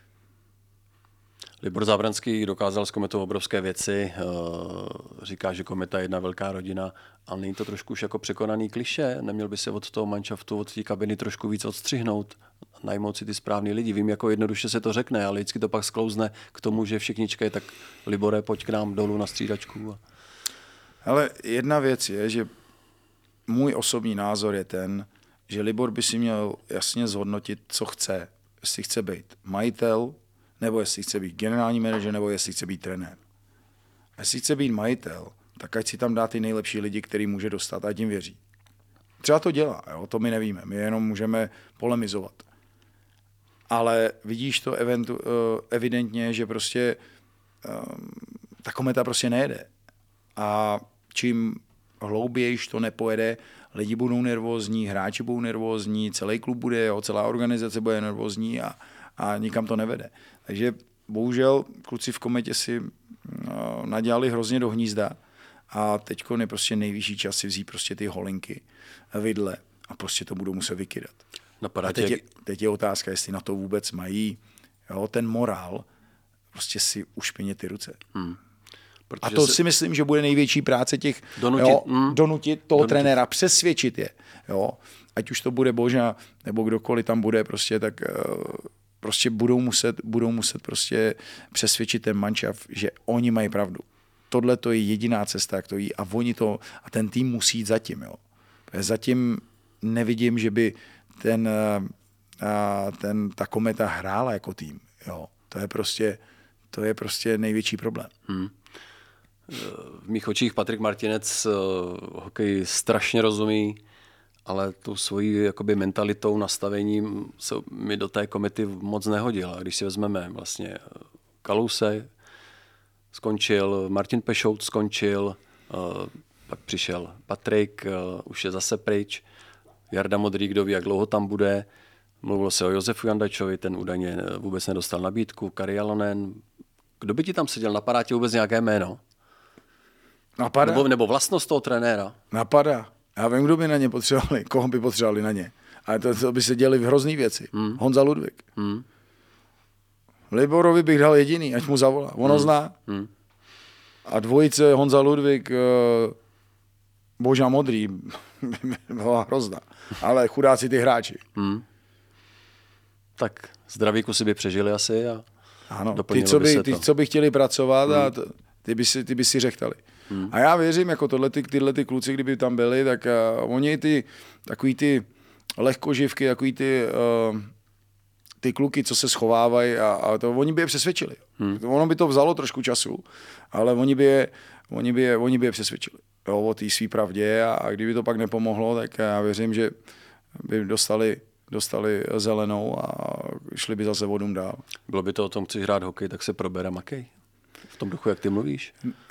Libor Zábranský dokázal s Kometou obrovské věci. Říká, že Kometa je jedna velká rodina, ale není to trošku už jako překonaný klišé? Neměl by se od toho manšaftu, od té kabiny trošku víc odstřihnout? Najmout si ty správný lidi. Vím, jako jednoduše se to řekne, ale vždycky to pak sklouzne k tomu, že všichni čekají, tak Libore, pojď k nám dolů na střídačku. Ale jedna věc je, že můj osobní názor je ten, že Libor by si měl jasně zhodnotit, co chce. Jestli chce být majitel, nebo jestli chce být generální manažer, nebo jestli chce být trenér. A jestli chce být majitel, tak ať si tam dá ty nejlepší lidi, který může dostat a tím věří. Třeba to dělá, jo? To my nevíme, my jenom můžeme polemizovat. Ale vidíš to evidentně, že prostě ta Kometa prostě nejede. A čím hloubějiš to nepojede, lidi budou nervózní, hráči budou nervózní, celý klub bude, jo, celá organizace bude nervózní a nikam to nevede. Takže bohužel kluci v Kometě si nadělali hrozně do hnízda a teďko je prostě nejvyšší čas si vzít prostě ty holinky, vidle a prostě to budou muset vykydat. A teď je otázka, jestli na to vůbec mají, jo, ten morál prostě si ušpinit ty ruce. A to si myslím, že bude největší práce těch donutit toho trenéra, přesvědčit je. Jo? Ať už to bude Boža, nebo kdokoliv tam bude, prostě, tak prostě budou muset prostě přesvědčit ten manšaft, že oni mají pravdu. Tohle to je jediná cesta, jak to jí, a ten tým musí jít zatím. Jo? Zatím nevidím, že by ta Kometa hrála jako tým. Jo? To je prostě největší problém. V mých očích Patrik Martinec hokej strašně rozumí, ale tou svojí jakoby mentalitou, nastavením se mi do té Komety moc nehodil. A když si vezmeme vlastně Kalousek skončil, Martin Pešout skončil, pak přišel Patrik, už je zase pryč, Jarda Modrý, kdo ví, jak dlouho tam bude. Mluvilo se o Josefu Jandačovi, ten údajně vůbec nedostal nabídku, Kari Jalonen. Kdo by ti tam seděl? Napadá ti vůbec nějaké jméno? Napadá. Nebo vlastnost toho trenéra? Napadá. Já vím, kdo by na ně potřebovali, koho by potřebovali na ně. Ale to by se děli v hrozný věci. Honza Ludvík. Liborovi bych dal jediný, ať mu zavolá. Ono zná. A dvojice Honza Ludvík, Boža Modrý, byla hrozná. Ale chudáci ty hráči. Tak zdravíku si by přežili asi a ano, ty, co by chtěli pracovat, a ty by si řechtali. A já věřím, jako tyhle ty kluci, kdyby tam byli, tak oni takový ty lehkoživky, takový ty kluky, co se schovávají, a to oni by je přesvědčili. Ono by to vzalo trošku času, ale oni by je přesvědčili o té svý pravdě, a kdyby to pak nepomohlo, tak já věřím, že by dostali zelenou a šli by zase vodům dál. Bylo by to o tom, chceš hrát hokej, tak se probere makej. V tom duchu, jak ty mluvíš.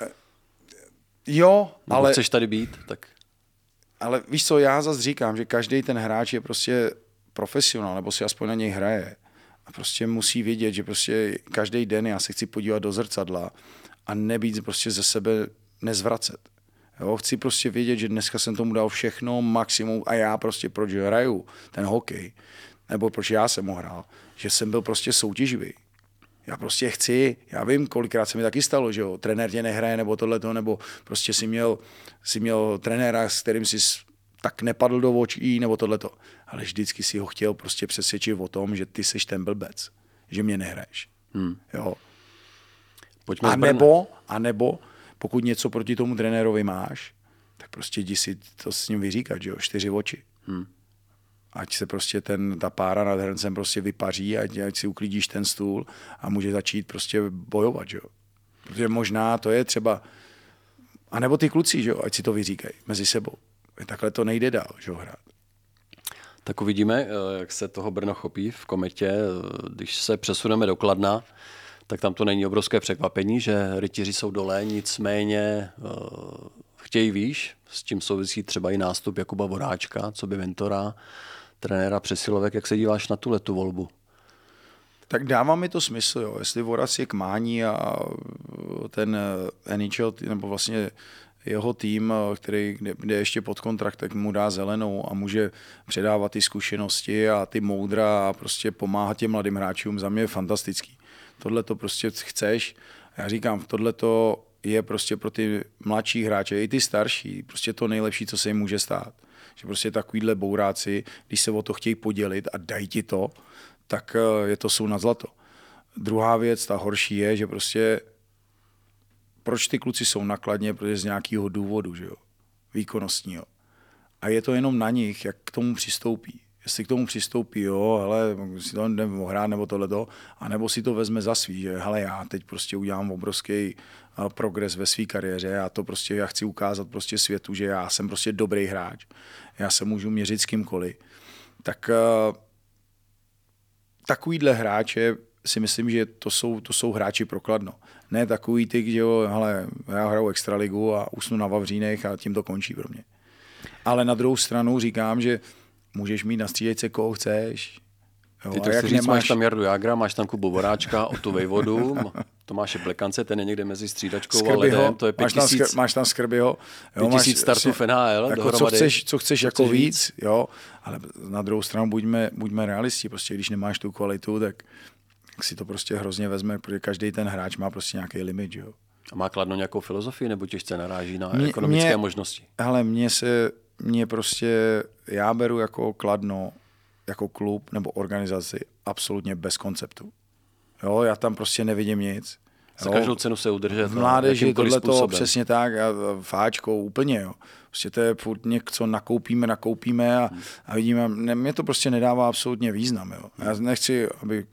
Jo, nebo ale chceš tady být, tak. Ale víš co, já zase říkám, že každý ten hráč je prostě profesionál, nebo si aspoň na něj hraje. A prostě musí vědět, že prostě každý den já se chci podívat do zrcadla a nebýt prostě ze sebe nezvracet. Jo, chci prostě vědět, že dneska jsem tomu dal všechno, maximum, a já prostě proč hraju ten hokej, nebo proč já jsem ho hrál, že jsem byl prostě soutěživý. Já prostě já vím, kolikrát se mi taky stalo, že jo, trenér tě nehraje, nebo tohleto, nebo prostě si měl trenéra, s kterým si tak nepadl do očí, nebo tohleto. Ale vždycky si ho chtěl prostě přesvědčit o tom, že ty seš ten blbec, že mě nehraješ. Jo. A nebo pokud něco proti tomu trenérovi máš, tak prostě jdi si to s ním vyříkat, že jo, 4 oči. Ať se prostě ta pára nad hrncem prostě vypaří, ať si uklidíš ten stůl a může začít prostě bojovat, že jo. Protože možná to je třeba, a nebo ty kluci, že jo, ať si to vyříkají mezi sebou. Takhle to nejde dál, že jo, hrát. Tak uvidíme, jak se toho Brno chopí v Kometě. Když se přesuneme do Kladna, tak tam to není obrovské překvapení, že rytíři jsou dole, nicméně chtějí výš, s tím souvisí třeba i nástup Jakuba Voráčka, co by mentora, trenéra přesilovek. Jak se díváš na tu volbu? Tak dává mi to smysl, jo. Jestli Vorac je k mání a ten NHL, nebo vlastně jeho tým, kde je ještě pod kontrakt, tak mu dá zelenou a může předávat ty zkušenosti a ty moudra a prostě pomáhat těm mladým hráčům, za mě je fantastický. Tohle to prostě chceš. Já říkám, tohle to je prostě pro ty mladší hráče, i ty starší, prostě to nejlepší, co se jim může stát. Že prostě takovýhle bouráci, když se o to chtějí podělit a dají ti to, tak je to sůl na zlato. Druhá věc, ta horší je, že prostě proč ty kluci jsou nakladně, protože z nějakého důvodu, že jo, výkonnostního. A je to jenom na nich, jak k tomu přistoupí. Jestli k tomu přistoupí, jo, hele, si to jdeme hrát nebo tohleto, anebo si to vezme za svý, že hele, já teď prostě udělám obrovský progres ve své kariéře, já chci ukázat prostě světu, že já jsem prostě dobrý hráč, já se můžu měřit s kýmkoliv. Tak takovýhle hráče si myslím, že to jsou hráči pro Kladno. Ne takový ty, že jo, hele, já hraju extraligu a usnu na Vavřínech a tím to končí pro mě. Ale na druhou stranu říkám, že můžeš mít na střídačce, koho chceš. Jo, ty to chci říct, máš tam Jardu Jágra, máš tam Kubu Voráčka, Otu Vejvodu, Tomáše Plekance, ten je někde mezi střídačkou a ledem, to je 5000. Máš tam Skrbyho. 5000 startů v NHL jako dohromady. Co chceš jako víc, jo, ale na druhou stranu buďme realisti, prostě když nemáš tu kvalitu, tak si to prostě hrozně vezme, protože každý ten hráč má prostě nějaký limit, jo. A má Kladno nějakou filozofii, nebo těžce naráží na ekonomické možnosti? Hele, mě prostě, já beru jako Kladno, jako klub nebo organizaci absolutně bez konceptu. Jo, já tam prostě nevidím nic. Za každou cenu se udržet. V mládeži tohleto přesně tak, a fáčkou úplně, jo. Prostě to je furt něco nakoupíme a vidíme, mě to prostě nedává absolutně význam, jo. Já nechci, aby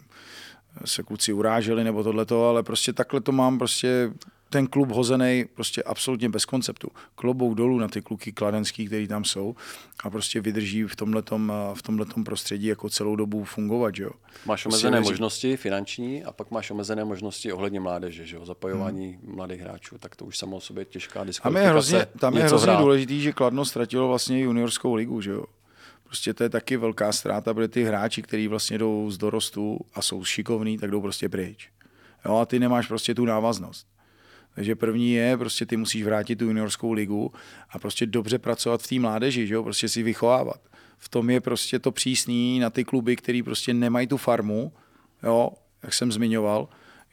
se kluci uráželi nebo tohleto, ale prostě takhle to mám prostě ten klub hozený prostě absolutně bez konceptu. Klobouk dolů na ty kluky kladenský, který tam jsou a prostě vydrží v tomhletom prostředí jako celou dobu fungovat, že jo. Máš omezené možnosti finanční a pak máš omezené možnosti ohledně mládeže, že jo, zapojování mladých hráčů, tak to už samo o sobě těžká diskvalifikace. Tam je hrozně důležitý, že Kladno ztratilo vlastně juniorskou ligu, že jo. Prostě to je taky velká ztráta, protože ty hráči, kteří vlastně jdou z dorostu a jsou šikovní, tak jdou prostě pryč. Jo, a ty nemáš prostě tu návaznost. Takže první je, prostě ty musíš vrátit tu juniorskou ligu a prostě dobře pracovat v té mládeži, že jo? Prostě si vychovávat. V tom je prostě to přísný na ty kluby, který prostě nemají tu farmu, jo, jak jsem zmiňoval,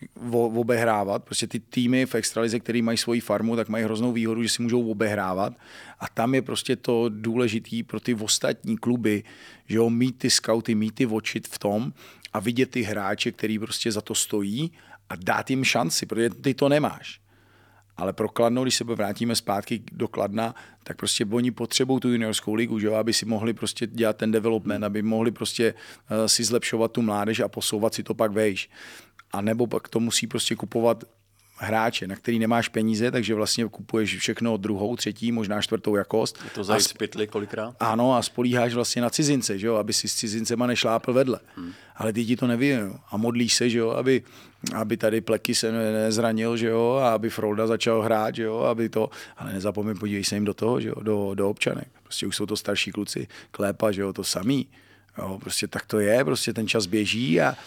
obehrávat. Prostě ty týmy v extralize, který mají svoji farmu, tak mají hroznou výhodu, že si můžou obehrávat. A tam je prostě to důležitý pro ty ostatní kluby, že jo, mít ty skauty, mít ty oči v tom a vidět ty hráče, který prostě za to stojí a dát jim šanci, protože ty to nemáš. Ale pro Kladno, když se vrátíme zpátky do Kladna, tak prostě oni potřebují tu juniorskou ligu, že jo, aby si mohli prostě dělat ten development, aby mohli prostě si zlepšovat tu mládež a posouvat si to pak vejš. A nebo pak to musí prostě kupovat hráče, na který nemáš peníze, takže vlastně kupuješ všechno druhou, třetí, možná čtvrtou jakost. Je to zajít z pytli kolikrát? Ano, a spolíháš vlastně na cizince, že jo, aby si s cizincema nešlápl vedle. Ale ty ti to neví, jo. A modlíš se, že jo, aby tady Pleky se nezranil, že jo, a aby Frolda začal hrát, že jo, aby to, ale nezapomeň, podívej se jim do toho, že jo, do Občanek. Prostě už jsou to starší kluci, Klépa, že jo, to samý. Jo, prostě tak to je, prostě ten čas běží a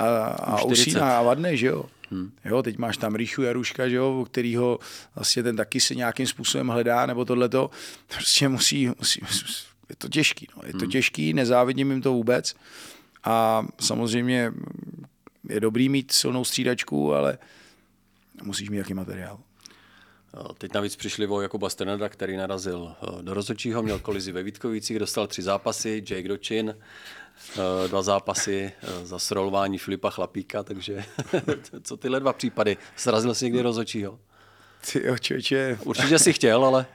usíná a vadne, že jo. Jo, teď máš tam Ríchu Jaruška, že jo, kterýho vlastně ten taky se nějakým způsobem hledá, nebo tohleto. Prostě musí je to těžký, no. Je to těžký, nezávidím jim to vůbec. A samozřejmě je dobrý mít silnou střídačku, ale musíš mít jaký materiál. Teď navíc přišli o Jakuba Strnada, který narazil do rozhodčího, měl kolizi ve Vítkovicích, dostal 3 zápasy, Jake Dochin, 2 zápasy za srolování Filipa Chlapíka, takže co tyhle 2 případy? Srazil jsi někdy rozhodčího? Tyjo, člověče. Určitě si chtěl, ale...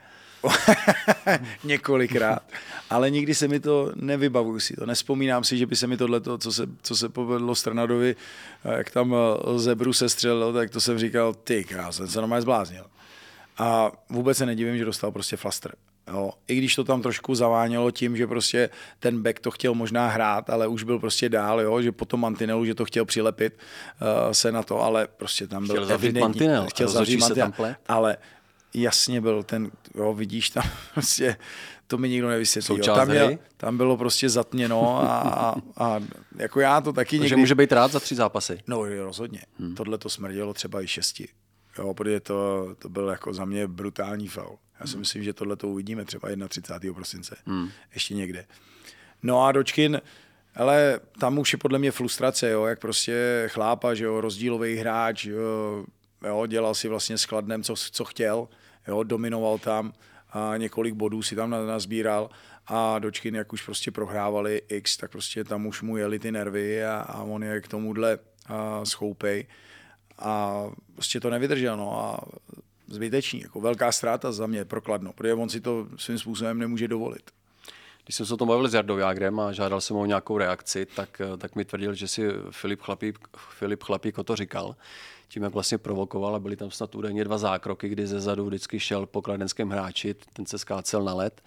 Několikrát. Ale nikdy se mi to nevybavuju si to. Nespomínám si, že by se mi tohleto, co se povedlo Strnadovi, jak tam Zebru sestřelil, tak to jsem říkal, já jsem se normálně zbláznil. A vůbec se nedivím, že dostal prostě flastr. Jo. I když to tam trošku zavánělo tím, že prostě ten back to chtěl možná hrát, ale už byl prostě dál, jo, že po tom mantinelu, že to chtěl přilepit se na to, ale prostě tam byl chtěl zavřít mantinel, ale jasně byl ten, jo, vidíš tam prostě, to mi nikdo nevysvětlí. Tam bylo prostě zatměno a jako já to taky někdy... Takže může být rád za 3 zápasy. No rozhodně. Tohle to smrdělo třeba i 6. Jo, protože to byl jako za mě brutální faul. Já si myslím, že tohle to uvidíme třeba 31. prosince. Ještě někde. No a Dočkin, ale tam už je podle mě frustrace, jo, jak prostě Chlápa, že jo, rozdílový hráč, jo, dělal si vlastně s Kladnem, co chtěl, jo, dominoval tam a několik bodů si tam nazbíral a Dočkin, jak už prostě prohrávali X, tak prostě tam už mu jeli ty nervy a on je k tomuhle schoupej. A prostě to nevydržel, no a zbytečný, jako velká ztráta za mě pro Kladno, protože on si to svým způsobem nemůže dovolit. Když jsem se o tom bavil s Jardou Jágrem a žádal jsem o nějakou reakci, tak mi tvrdil, že si Filip Chlapík o to říkal, tím, jak vlastně provokoval a byly tam snad údajně 2 zákroky, kdy zezadu vždycky šel po kladenském hráči, ten se skácel na led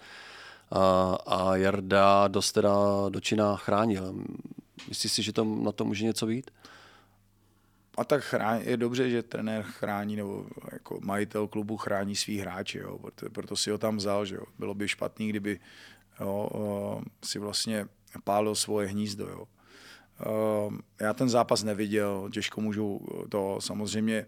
a Jarda dost teda Dočina chránil. Myslíš si, že na to může něco být? A tak je dobře, že trenér chrání, nebo jako majitel klubu chrání svý hráče, jo, proto si ho tam vzal, že jo. Bylo by špatný, kdyby si vlastně pálil svoje hnízdo, jo. Já ten zápas neviděl, těžko můžu to, samozřejmě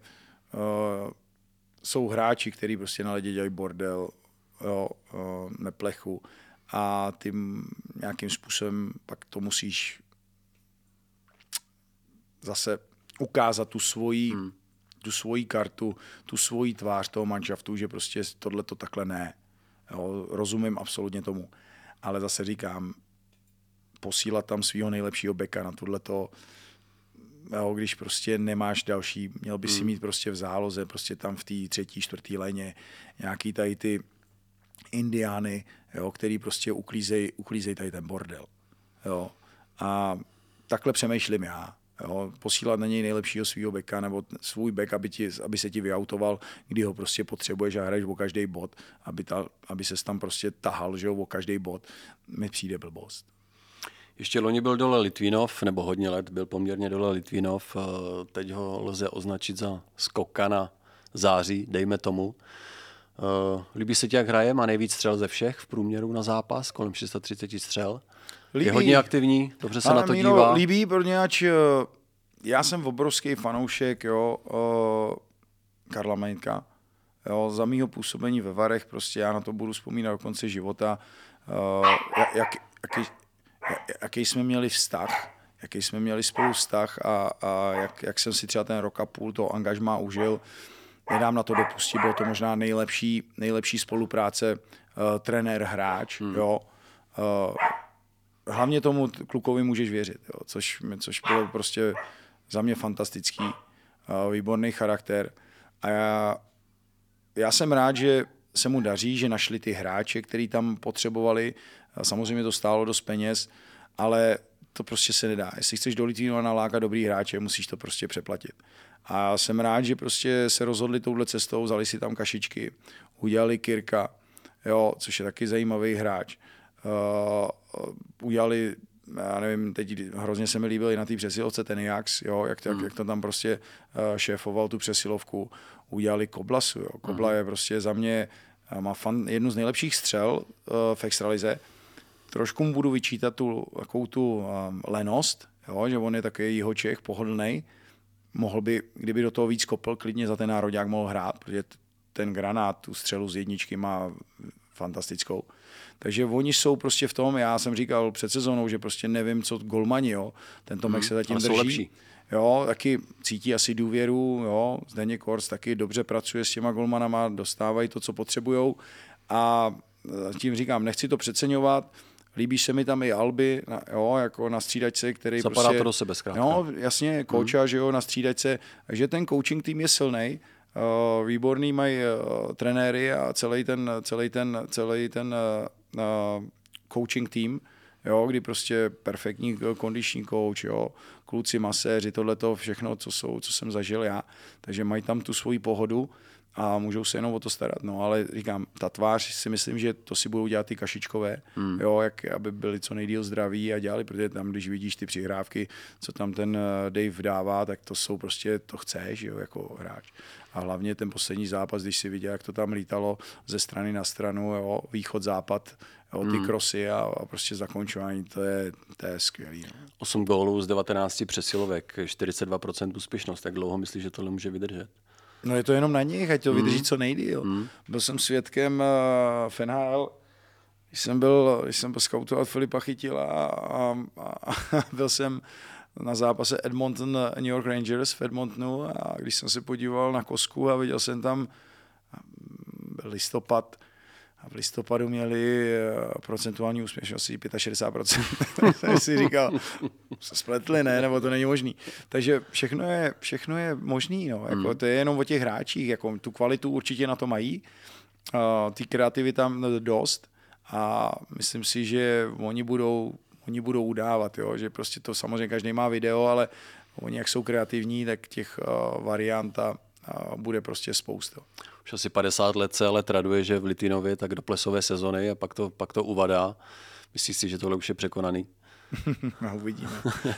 jsou hráči, kteří prostě na ledě dělají bordel, jo, neplechu a tím nějakým způsobem pak to musíš zase ukázat tu svoji tu svoji kartu, tu svoji tvář toho manšaftu, že prostě tohle to takhle ne. Jo, rozumím absolutně tomu. Ale zase říkám, posílat tam svého nejlepšího beka na tohleto, jo, když prostě nemáš další, měl by si mít prostě v záloze, prostě tam v té 3., 4. léně nějaký tady ty indiány, jo, který prostě uklízej tady ten bordel. Jo. A takhle přemýšlím já. Jo. Posílat na něj nejlepšího svého beka nebo svůj bek, aby se ti vyautoval, kdy ho prostě potřebuješ a hraješ o každý bod, aby ses tam prostě tahal, že jo, o každý bod, mi přijde blbost. Ještě loni byl dole Litvinov, nebo hodně let byl poměrně dole Litvinov. Teď ho lze označit za skoka na září, dejme tomu. Líbí se ti, jak hraje? Má nejvíc střel ze všech v průměru na zápas, kolem 630 střel. Líbí. Je hodně aktivní, dobře se na to dívá. Líbí, protože já jsem obrovský fanoušek, jo, Karla Mejnka. Jo, za mýho působení ve Varech, prostě já na to budu vzpomínat do konce života. Jaký jsme měli vztah, jaký jsme měli spolu vztah a jak jsem si třeba ten rok a půl toho angažmá užil. Nedám na to dopustit, bylo to možná nejlepší spolupráce trenér-hráč. Jo. Hlavně tomu klukovi můžeš věřit, jo, což bylo prostě za mě fantastický, výborný charakter. A já jsem rád, že se mu daří, že našli ty hráče, který tam potřebovali. Samozřejmě to stálo dost peněz, ale to prostě se nedá. Jestli chceš do Litvínova nalákat dobrý hráče, musíš to prostě přeplatit. A jsem rád, že prostě se rozhodli touhle cestou, vzali si tam Kašičky, udělali Kirka, jo, což je taky zajímavý hráč. Udělali, já nevím, teď hrozně se mi líbil i na té přesilovce ten Jax, jo, jak to tam prostě šéfoval tu přesilovku. Udělali Koblasu, jo. Kobla je prostě za mě, má jednu z nejlepších střel v extralize. Trošku mu budu vyčítat tu lenost, jo, že on je takový Jihočech, pohodlnej. Mohl by, kdyby do toho víc kopl, klidně za ten nároďák mohl hrát, protože ten granát, tu střelu z jedničky má fantastickou. Takže oni jsou prostě v tom, já jsem říkal před sezónou, že prostě nevím, co golmani, jo. Ten Tomek se zatím drží. Jo, taky cítí asi důvěru, jo. Zdeněk Kors taky dobře pracuje s těma golmanama, dostávají to, co potřebujou. A tím říkám, nechci to přeceňovat. Líbí se mi tam i Alby, jo, jako na střídačce, který zapadá prostě... to do sebe zkrátka. No, jasně, kouča, že jo, na střídačce. Takže ten coaching tým je silnej. Výborný mají trenéry a celý ten coaching tým, jo, kdy prostě perfektní kondiční coach, jo, kluci maséři, tohleto všechno, co jsem zažil já. Takže mají tam tu svoji pohodu a můžou se jenom o to starat. No, ale říkám, ta tvář si myslím, že to si budou dělat ty Kašičkové, jo, aby byli co nejdýl zdraví a dělali, protože tam, když vidíš ty přihrávky, co tam ten Dave dává, tak to jsou prostě, to chceš, jo, jako hráč. A hlavně ten poslední zápas, když si viděl, jak to tam lítalo ze strany na stranu, jo, východ, západ, jo, ty krosy a prostě zakončování, to je skvělý. No. 8 gólů z 19 přesilovek, 42% úspěšnost. Jak dlouho myslíš, že tohle může vydržet? No je to jenom na nich, ať to vydrží co nejdýl. Byl jsem svědkem v NHL, když jsem byl scoutovat Filipa Chytila a byl jsem na zápase Edmonton New York Rangers v Edmontonu a když jsem se podíval na kosku a viděl jsem tam, byl listopad, a v listopadu měli procentuální úspěšnost asi 65%. jsem si říkal, se spletli, ne, nebo to není možný. Takže všechno je možný, no. Jako, to je jenom o těch hráčích, jako, tu kvalitu určitě na to mají, ty kreativy tam dost a myslím si, že oni budou udávat, jo? Že prostě to samozřejmě každý má video, ale oni jak jsou kreativní, tak těch variant bude prostě spousta. Už asi 50 let se ale traduje, že v Litvínově tak do plesové sezony a pak to uvadá. Myslíš si, že tohle už je překonaný? No, uvidíme.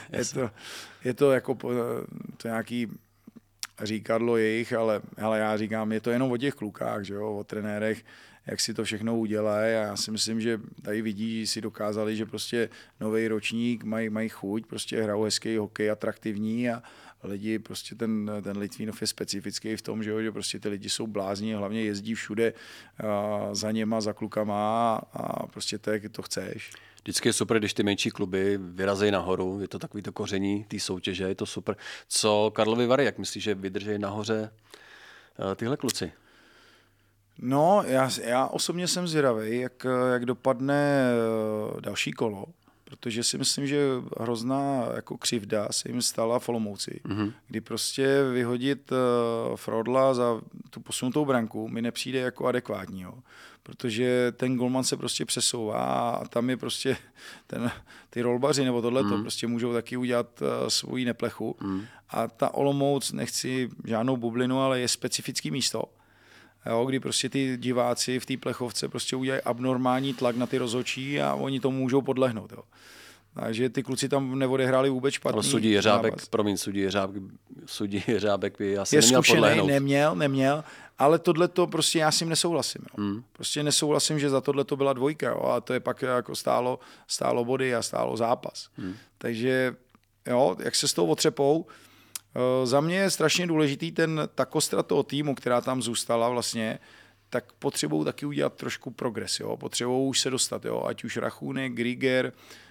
je to jako to nějaký říkadlo jejich, ale já říkám, je to jenom o těch klukách, že jo, o trenérech, jak si to všechno udělají a já si myslím, že tady vidí, si dokázali, že prostě nový ročník mají chuť, prostě hrajou hezký hokej, atraktivní a lidi, prostě ten Litvínov je specifický v tom, že prostě ty lidi jsou blázni, hlavně jezdí všude za něma, za klukama a prostě to chceš. Vždycky je super, když ty menší kluby vyrazejí nahoru, je to takový to koření té soutěže, je to super. Co Karlovy Vary, jak myslíš, že vydrží nahoře tyhle kluci? No, já osobně jsem zvědavý, jak dopadne další kolo, protože si myslím, že hrozná jako křivda se jim stala v Olomouci, kdy prostě vyhodit Frodla za tu posunutou branku mi nepřijde jako adekvátní, jo. Protože ten golman se prostě přesouvá a tam je prostě ty rolbaři nebo tohleto prostě můžou taky udělat svoji neplechu a ta Olomouc, nechci žádnou bublinu, ale je specifický místo, jo, kdy prostě ty diváci v té plechovce prostě udělají abnormální tlak na ty rozhodčí a oni tomu můžou podlehnout. Jo. Takže ty kluci tam neodehráli vůbec špatný. Ale sudí Jeřábek by asi neměl podlehnout. Neměl, ale tohleto prostě já s tím nesouhlasím. Jo. Prostě nesouhlasím, že za tohleto byla dvojka, jo, a to je pak jako stálo body a stálo zápas. Takže jo, jak se s tou otřepou, za mě je strašně důležitý ta kostra toho týmu, která tam zůstala vlastně, tak potřebují taky udělat trošku progres. Potřebují už se dostat, jo? Ať už Rachůnek, Grieger,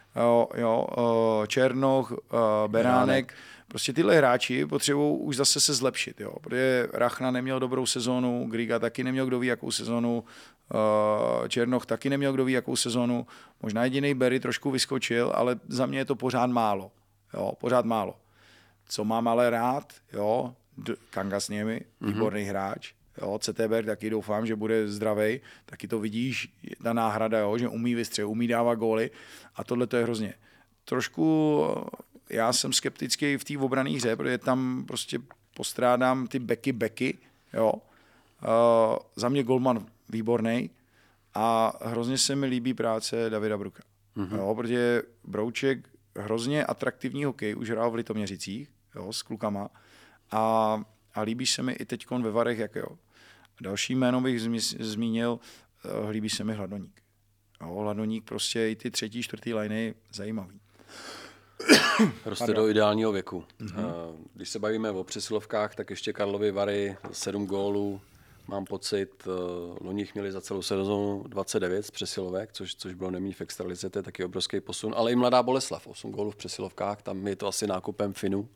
Černoch, Beránek. Prostě tyhle hráči potřebují už zase se zlepšit. Jo? Protože Rachna neměl dobrou sezonu, Griga taky neměl kdo ví jakou sezonu, Černoch taky neměl kdo ví jakou sezonu. Možná jediný Berry trošku vyskočil, ale za mě je to pořád málo. Jo? Pořád málo. Co mám ale rád, jo, Kangas Niemi, výborný hráč, jo, CTB taky doufám, že bude zdravej, taky to vidíš, ta náhrada, jo, že umí vystřelit, umí dávat góly a tohle to je hrozně. Trošku já jsem skeptický v té obrané hře, protože tam prostě postrádám ty beky, jo. Za mě golman výborný a hrozně se mi líbí práce Davida Bruka, jo, protože Brouček hrozně atraktivní hokej, už hrál v Litoměřicích, jo, s klukama a líbí se mi i teďkon ve Varech, jak jo. Další jméno bych zmínil, líbí se mi Hladoník. Jo, Hladoník prostě i ty třetí, čtvrtý liny zajímavý. Roste do ideálního věku. Když se bavíme o přesilovkách, tak ještě Karlovy Vary 7 gólů. Mám pocit, loni jich měli za celou sezónu 29 z přesilovek, což bylo nemí v extralize, to je taky obrovský posun. Ale i Mladá Boleslav, 8 gólů v přesilovkách, tam je to asi nákupem Finů.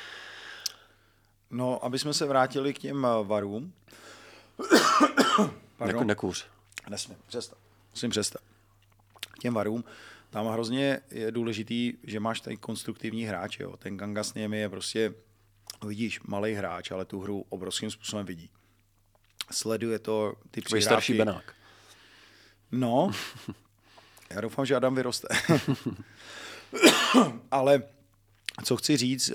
No, aby jsme se vrátili k těm Varům. Nekůř. Nesmím, musím přestat. K těm Varům, tam hrozně je důležitý, že máš tady konstruktivní hráče. Jo. Ten Kangas Niemi je prostě, vidíš, malej hráč, ale tu hru obrovským způsobem vidí. Sleduje to ty přihrávky. Starší Benák. No, já doufám, že Adam vyroste. Ale co chci říct,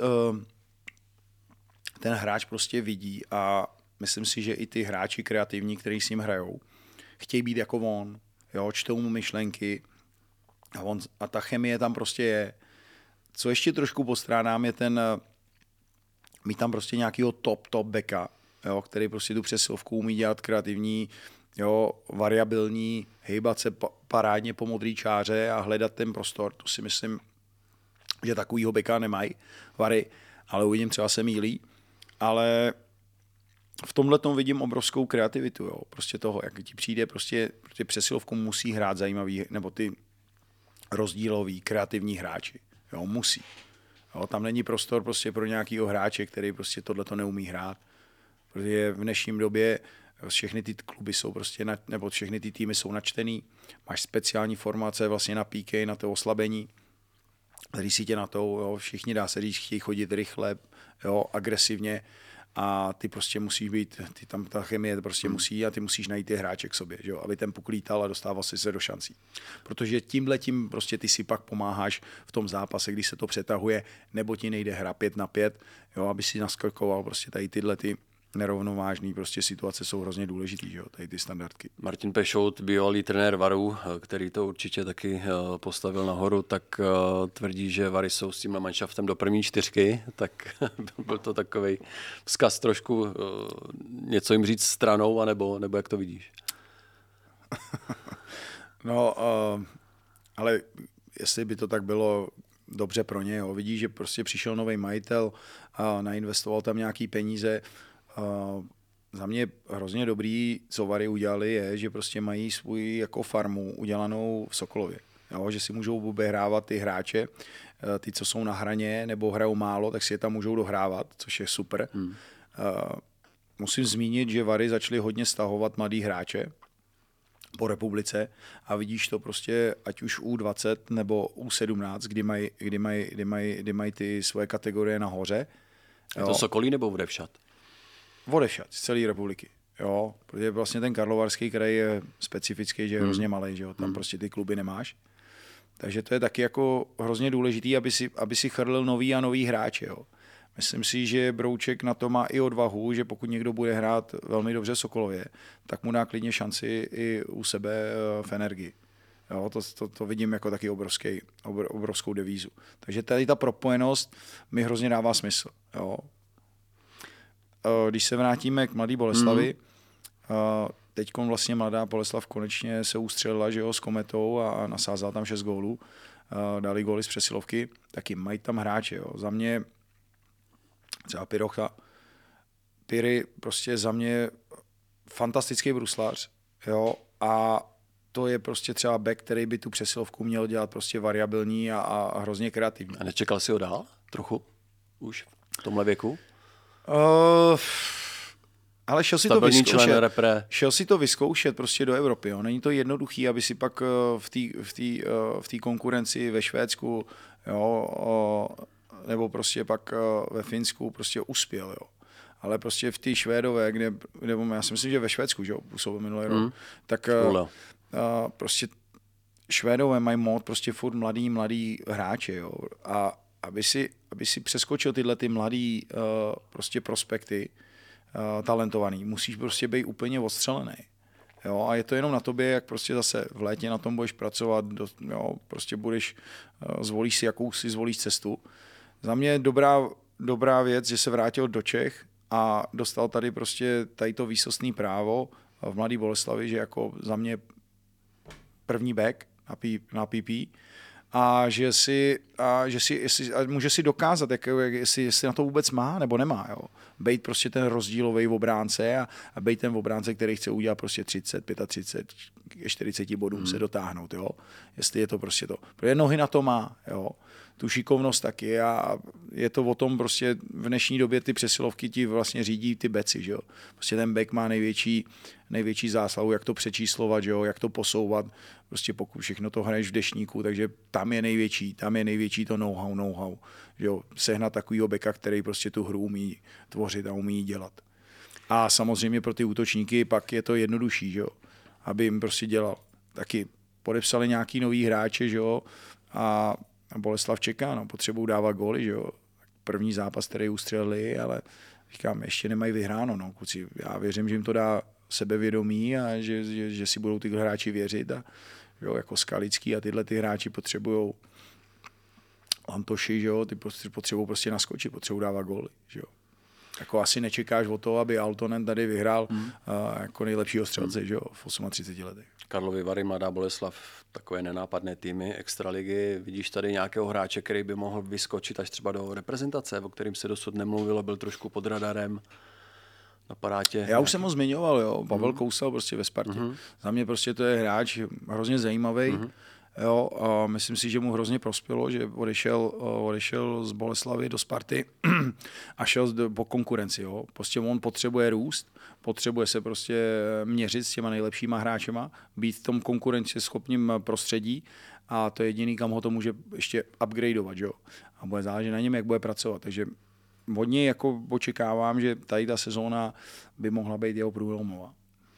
ten hráč prostě vidí a myslím si, že i ty hráči kreativní, kteří s ním hrajou, chtějí být jako on, jo, čtou mu myšlenky a ta chemie tam prostě je. Co ještě trošku postrádám, je mít tam prostě nějakýho top backa, jo, který prostě tu přesilovku umí dělat kreativní, jo, variabilní, hejbat se parádně po modrý čáře a hledat ten prostor. To si myslím, že takovýho beka nemají Vary, ale uvidím, třeba se mýlí. Ale v tomhletom vidím obrovskou kreativitu, jo. Prostě toho, jak ti přijde, prostě přesilovku musí hrát zajímavý, nebo ty rozdílový, kreativní hráči. Jo, musí. Jo, tam není prostor prostě pro nějakýho hráče, který prostě tohleto neumí hrát. Protože v dnešním době všechny ty kluby jsou prostě, nebo všechny ty týmy jsou načtený. Máš speciální formace vlastně na PK, na to oslabení. Tady si tě na to, jo, všichni dá se říct, chtějí chodit rychle, jo, agresivně a ty prostě musíš být, tam ta chemie prostě musí a ty musíš najít ty hráče k sobě, že jo, aby ten puk lítal a dostával si se do šancí. Protože tímhletím prostě ty si pak pomáháš v tom zápase, když se to přetahuje, nebo ti nejde hra 5-5, jo, aby si naskakoval prostě tady tyhle ty nerovnovážný prostě situace jsou hrozně důležitý, že jo, tady ty standardky. Martin Pešout, bývalý trenér Varů, který to určitě taky postavil nahoru, tak tvrdí, že Vary jsou s tímhle manšaftem do první 4, tak byl to takovej vzkaz trošku něco jim říct stranou, anebo jak to vidíš? No, ale jestli by to tak bylo dobře pro ně, jo. Vidíš, že prostě přišel nový majitel a nainvestoval tam nějaký peníze. Za mě hrozně dobrý, co Vary udělali, je, že prostě mají svůj jako farmu udělanou v Sokolově. Jo, že si můžou obehrávat ty hráče, ty, co jsou na hraně nebo hrajou málo, tak si je tam můžou dohrávat, což je super. Musím zmínit, že Vary začaly hodně stahovat mladý hráče po republice a vidíš to prostě ať už U20 nebo U17, kdy mají ty svoje kategorie nahoře. Je to Sokolí nebo Vodevšat? Vodevšat, z celé republiky. Jo, protože vlastně ten Karlovarský kraj je specifický, že je hrozně malý, že jo, tam prostě ty kluby nemáš. Takže to je taky jako hrozně důležitý, aby si chrlil nový a nový hráče, jo. Myslím si, že Brouček na to má i odvahu, že pokud někdo bude hrát velmi dobře v Sokolově, tak mu dá klidně šanci i u sebe v Energii. Jo, to vidím jako taky obrovskou devízu. Takže tady ta propojenost mi hrozně dává smysl. Jo. Když se vrátíme k Mladé Boleslavi, teď vlastně Mladá Boleslav konečně se ustřelila, že jo, s Kometou a nasázala tam 6 gólů. Dali góly z přesilovky, taky mají tam hráče. Jo. Za mě třeba Pirocha. Piry prostě za mě fantastický bruslař, jo, a to je prostě třeba back, který by tu přesilovku měl dělat prostě variabilní a hrozně kreativní. A nečekal si ho dál trochu už v tomhle věku? Ale šel si to vyzkoušet prostě do Evropy. Jo. Není to jednoduchý, aby si pak v té konkurenci ve Švédsku, jo, nebo prostě pak ve Finsku prostě uspěl, jo. Ale prostě v té Švédové, kde já si myslím, že ve Švédsku, že jo, působil minulý rok, tak prostě Švédové mají mod prostě furt mladý hráče, jo. A aby si přeskočil tyhle ty mladý prostě prospekty talentovaný, musíš prostě být úplně odstřelený. Jo, a je to jenom na tobě, jak prostě zase v létě na tom budeš pracovat, jo, prostě zvolíš si, jakou si zvolíš cestu. Za mě je dobrá věc, že se vrátil do Čech a dostal tady prostě to výsostné právo v Mladé Boleslavi, že jako za mě první back na PP a že může si dokázat, jestli na to vůbec má nebo nemá. Jo. Bejt prostě ten rozdílový obránce a bejt ten obránce, který chce udělat prostě 30, 35, 40 bodů se dotáhnout. Jo. Jestli je to prostě to. Protože nohy na to má. Jo. Tu šikovnost taky a je to o tom prostě v dnešní době ty přesilovky ti vlastně řídí ty beci, že jo. Prostě ten back má největší zásahu, jak to přečíslovat, že jo, jak to posouvat, prostě pokud všechno to hraješ v dešníku, takže tam je největší to know-how, že jo, sehnat takovýho backa, který prostě tu hru umí tvořit a umí dělat. A samozřejmě pro ty útočníky pak je to jednodušší, že jo, aby jim prostě dělal. Taky podepsali nějaký nový hráče, že jo, a Boleslav čeká, no, potřebují dávat góly, že jo. První zápas, který ustřelili, ale říkám, ještě nemají vyhráno, no, kluci. Já věřím, že jim to dá sebevědomí a že si budou ty hráči věřit a jo, jako Skalický a tyhle ty hráči potřebují Antoši, že jo, ty potřebují prostě naskočit, potřebují dávat góly, že jo. Jako asi nečekáš o to, aby Altonen tady vyhrál jako nejlepšího střelce, že jo, v 38 letech. Karlovy Vary, Mladá Boleslav, takové nenápadné týmy extraligy. Vidíš tady nějakého hráče, který by mohl vyskočit až třeba do reprezentace, o kterým se dosud nemluvilo, byl trošku pod radarem. Napadá tě? Já už jsem ho zmiňoval, jo, Pavel Kousal prostě ve Spartě. Za mě prostě to je hráč hrozně zajímavý. Jo, a myslím si, že mu hrozně prospělo, že odešel z Boleslavy do Sparty a šel po konkurenci. Jo. Prostě on potřebuje růst, potřebuje se prostě měřit s těma nejlepšíma hráčema, být v tom konkurenceschopným prostředí a to je jediný, kam ho to může ještě upgradeovat. Jo. A bude záležet na něm, jak bude pracovat. Takže od něj jako očekávám, že tady ta sezóna by mohla být jeho průlomová.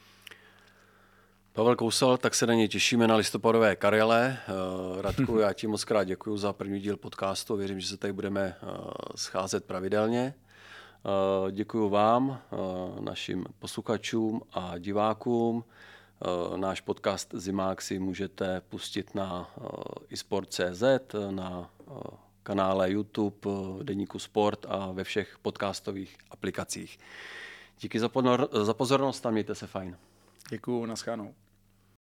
Pavel Kousal, tak se na něj těšíme na listopadové Karele. Radku, já ti moc krát děkuji za první díl podcastu. Věřím, že se tady budeme scházet pravidelně. Děkuji vám, našim posluchačům a divákům. Náš podcast Zimák si můžete pustit na isport.cz, na kanále YouTube, Deníku Sport a ve všech podcastových aplikacích. Díky za pozornost a mějte se fajn. Děkuji, naschledanou.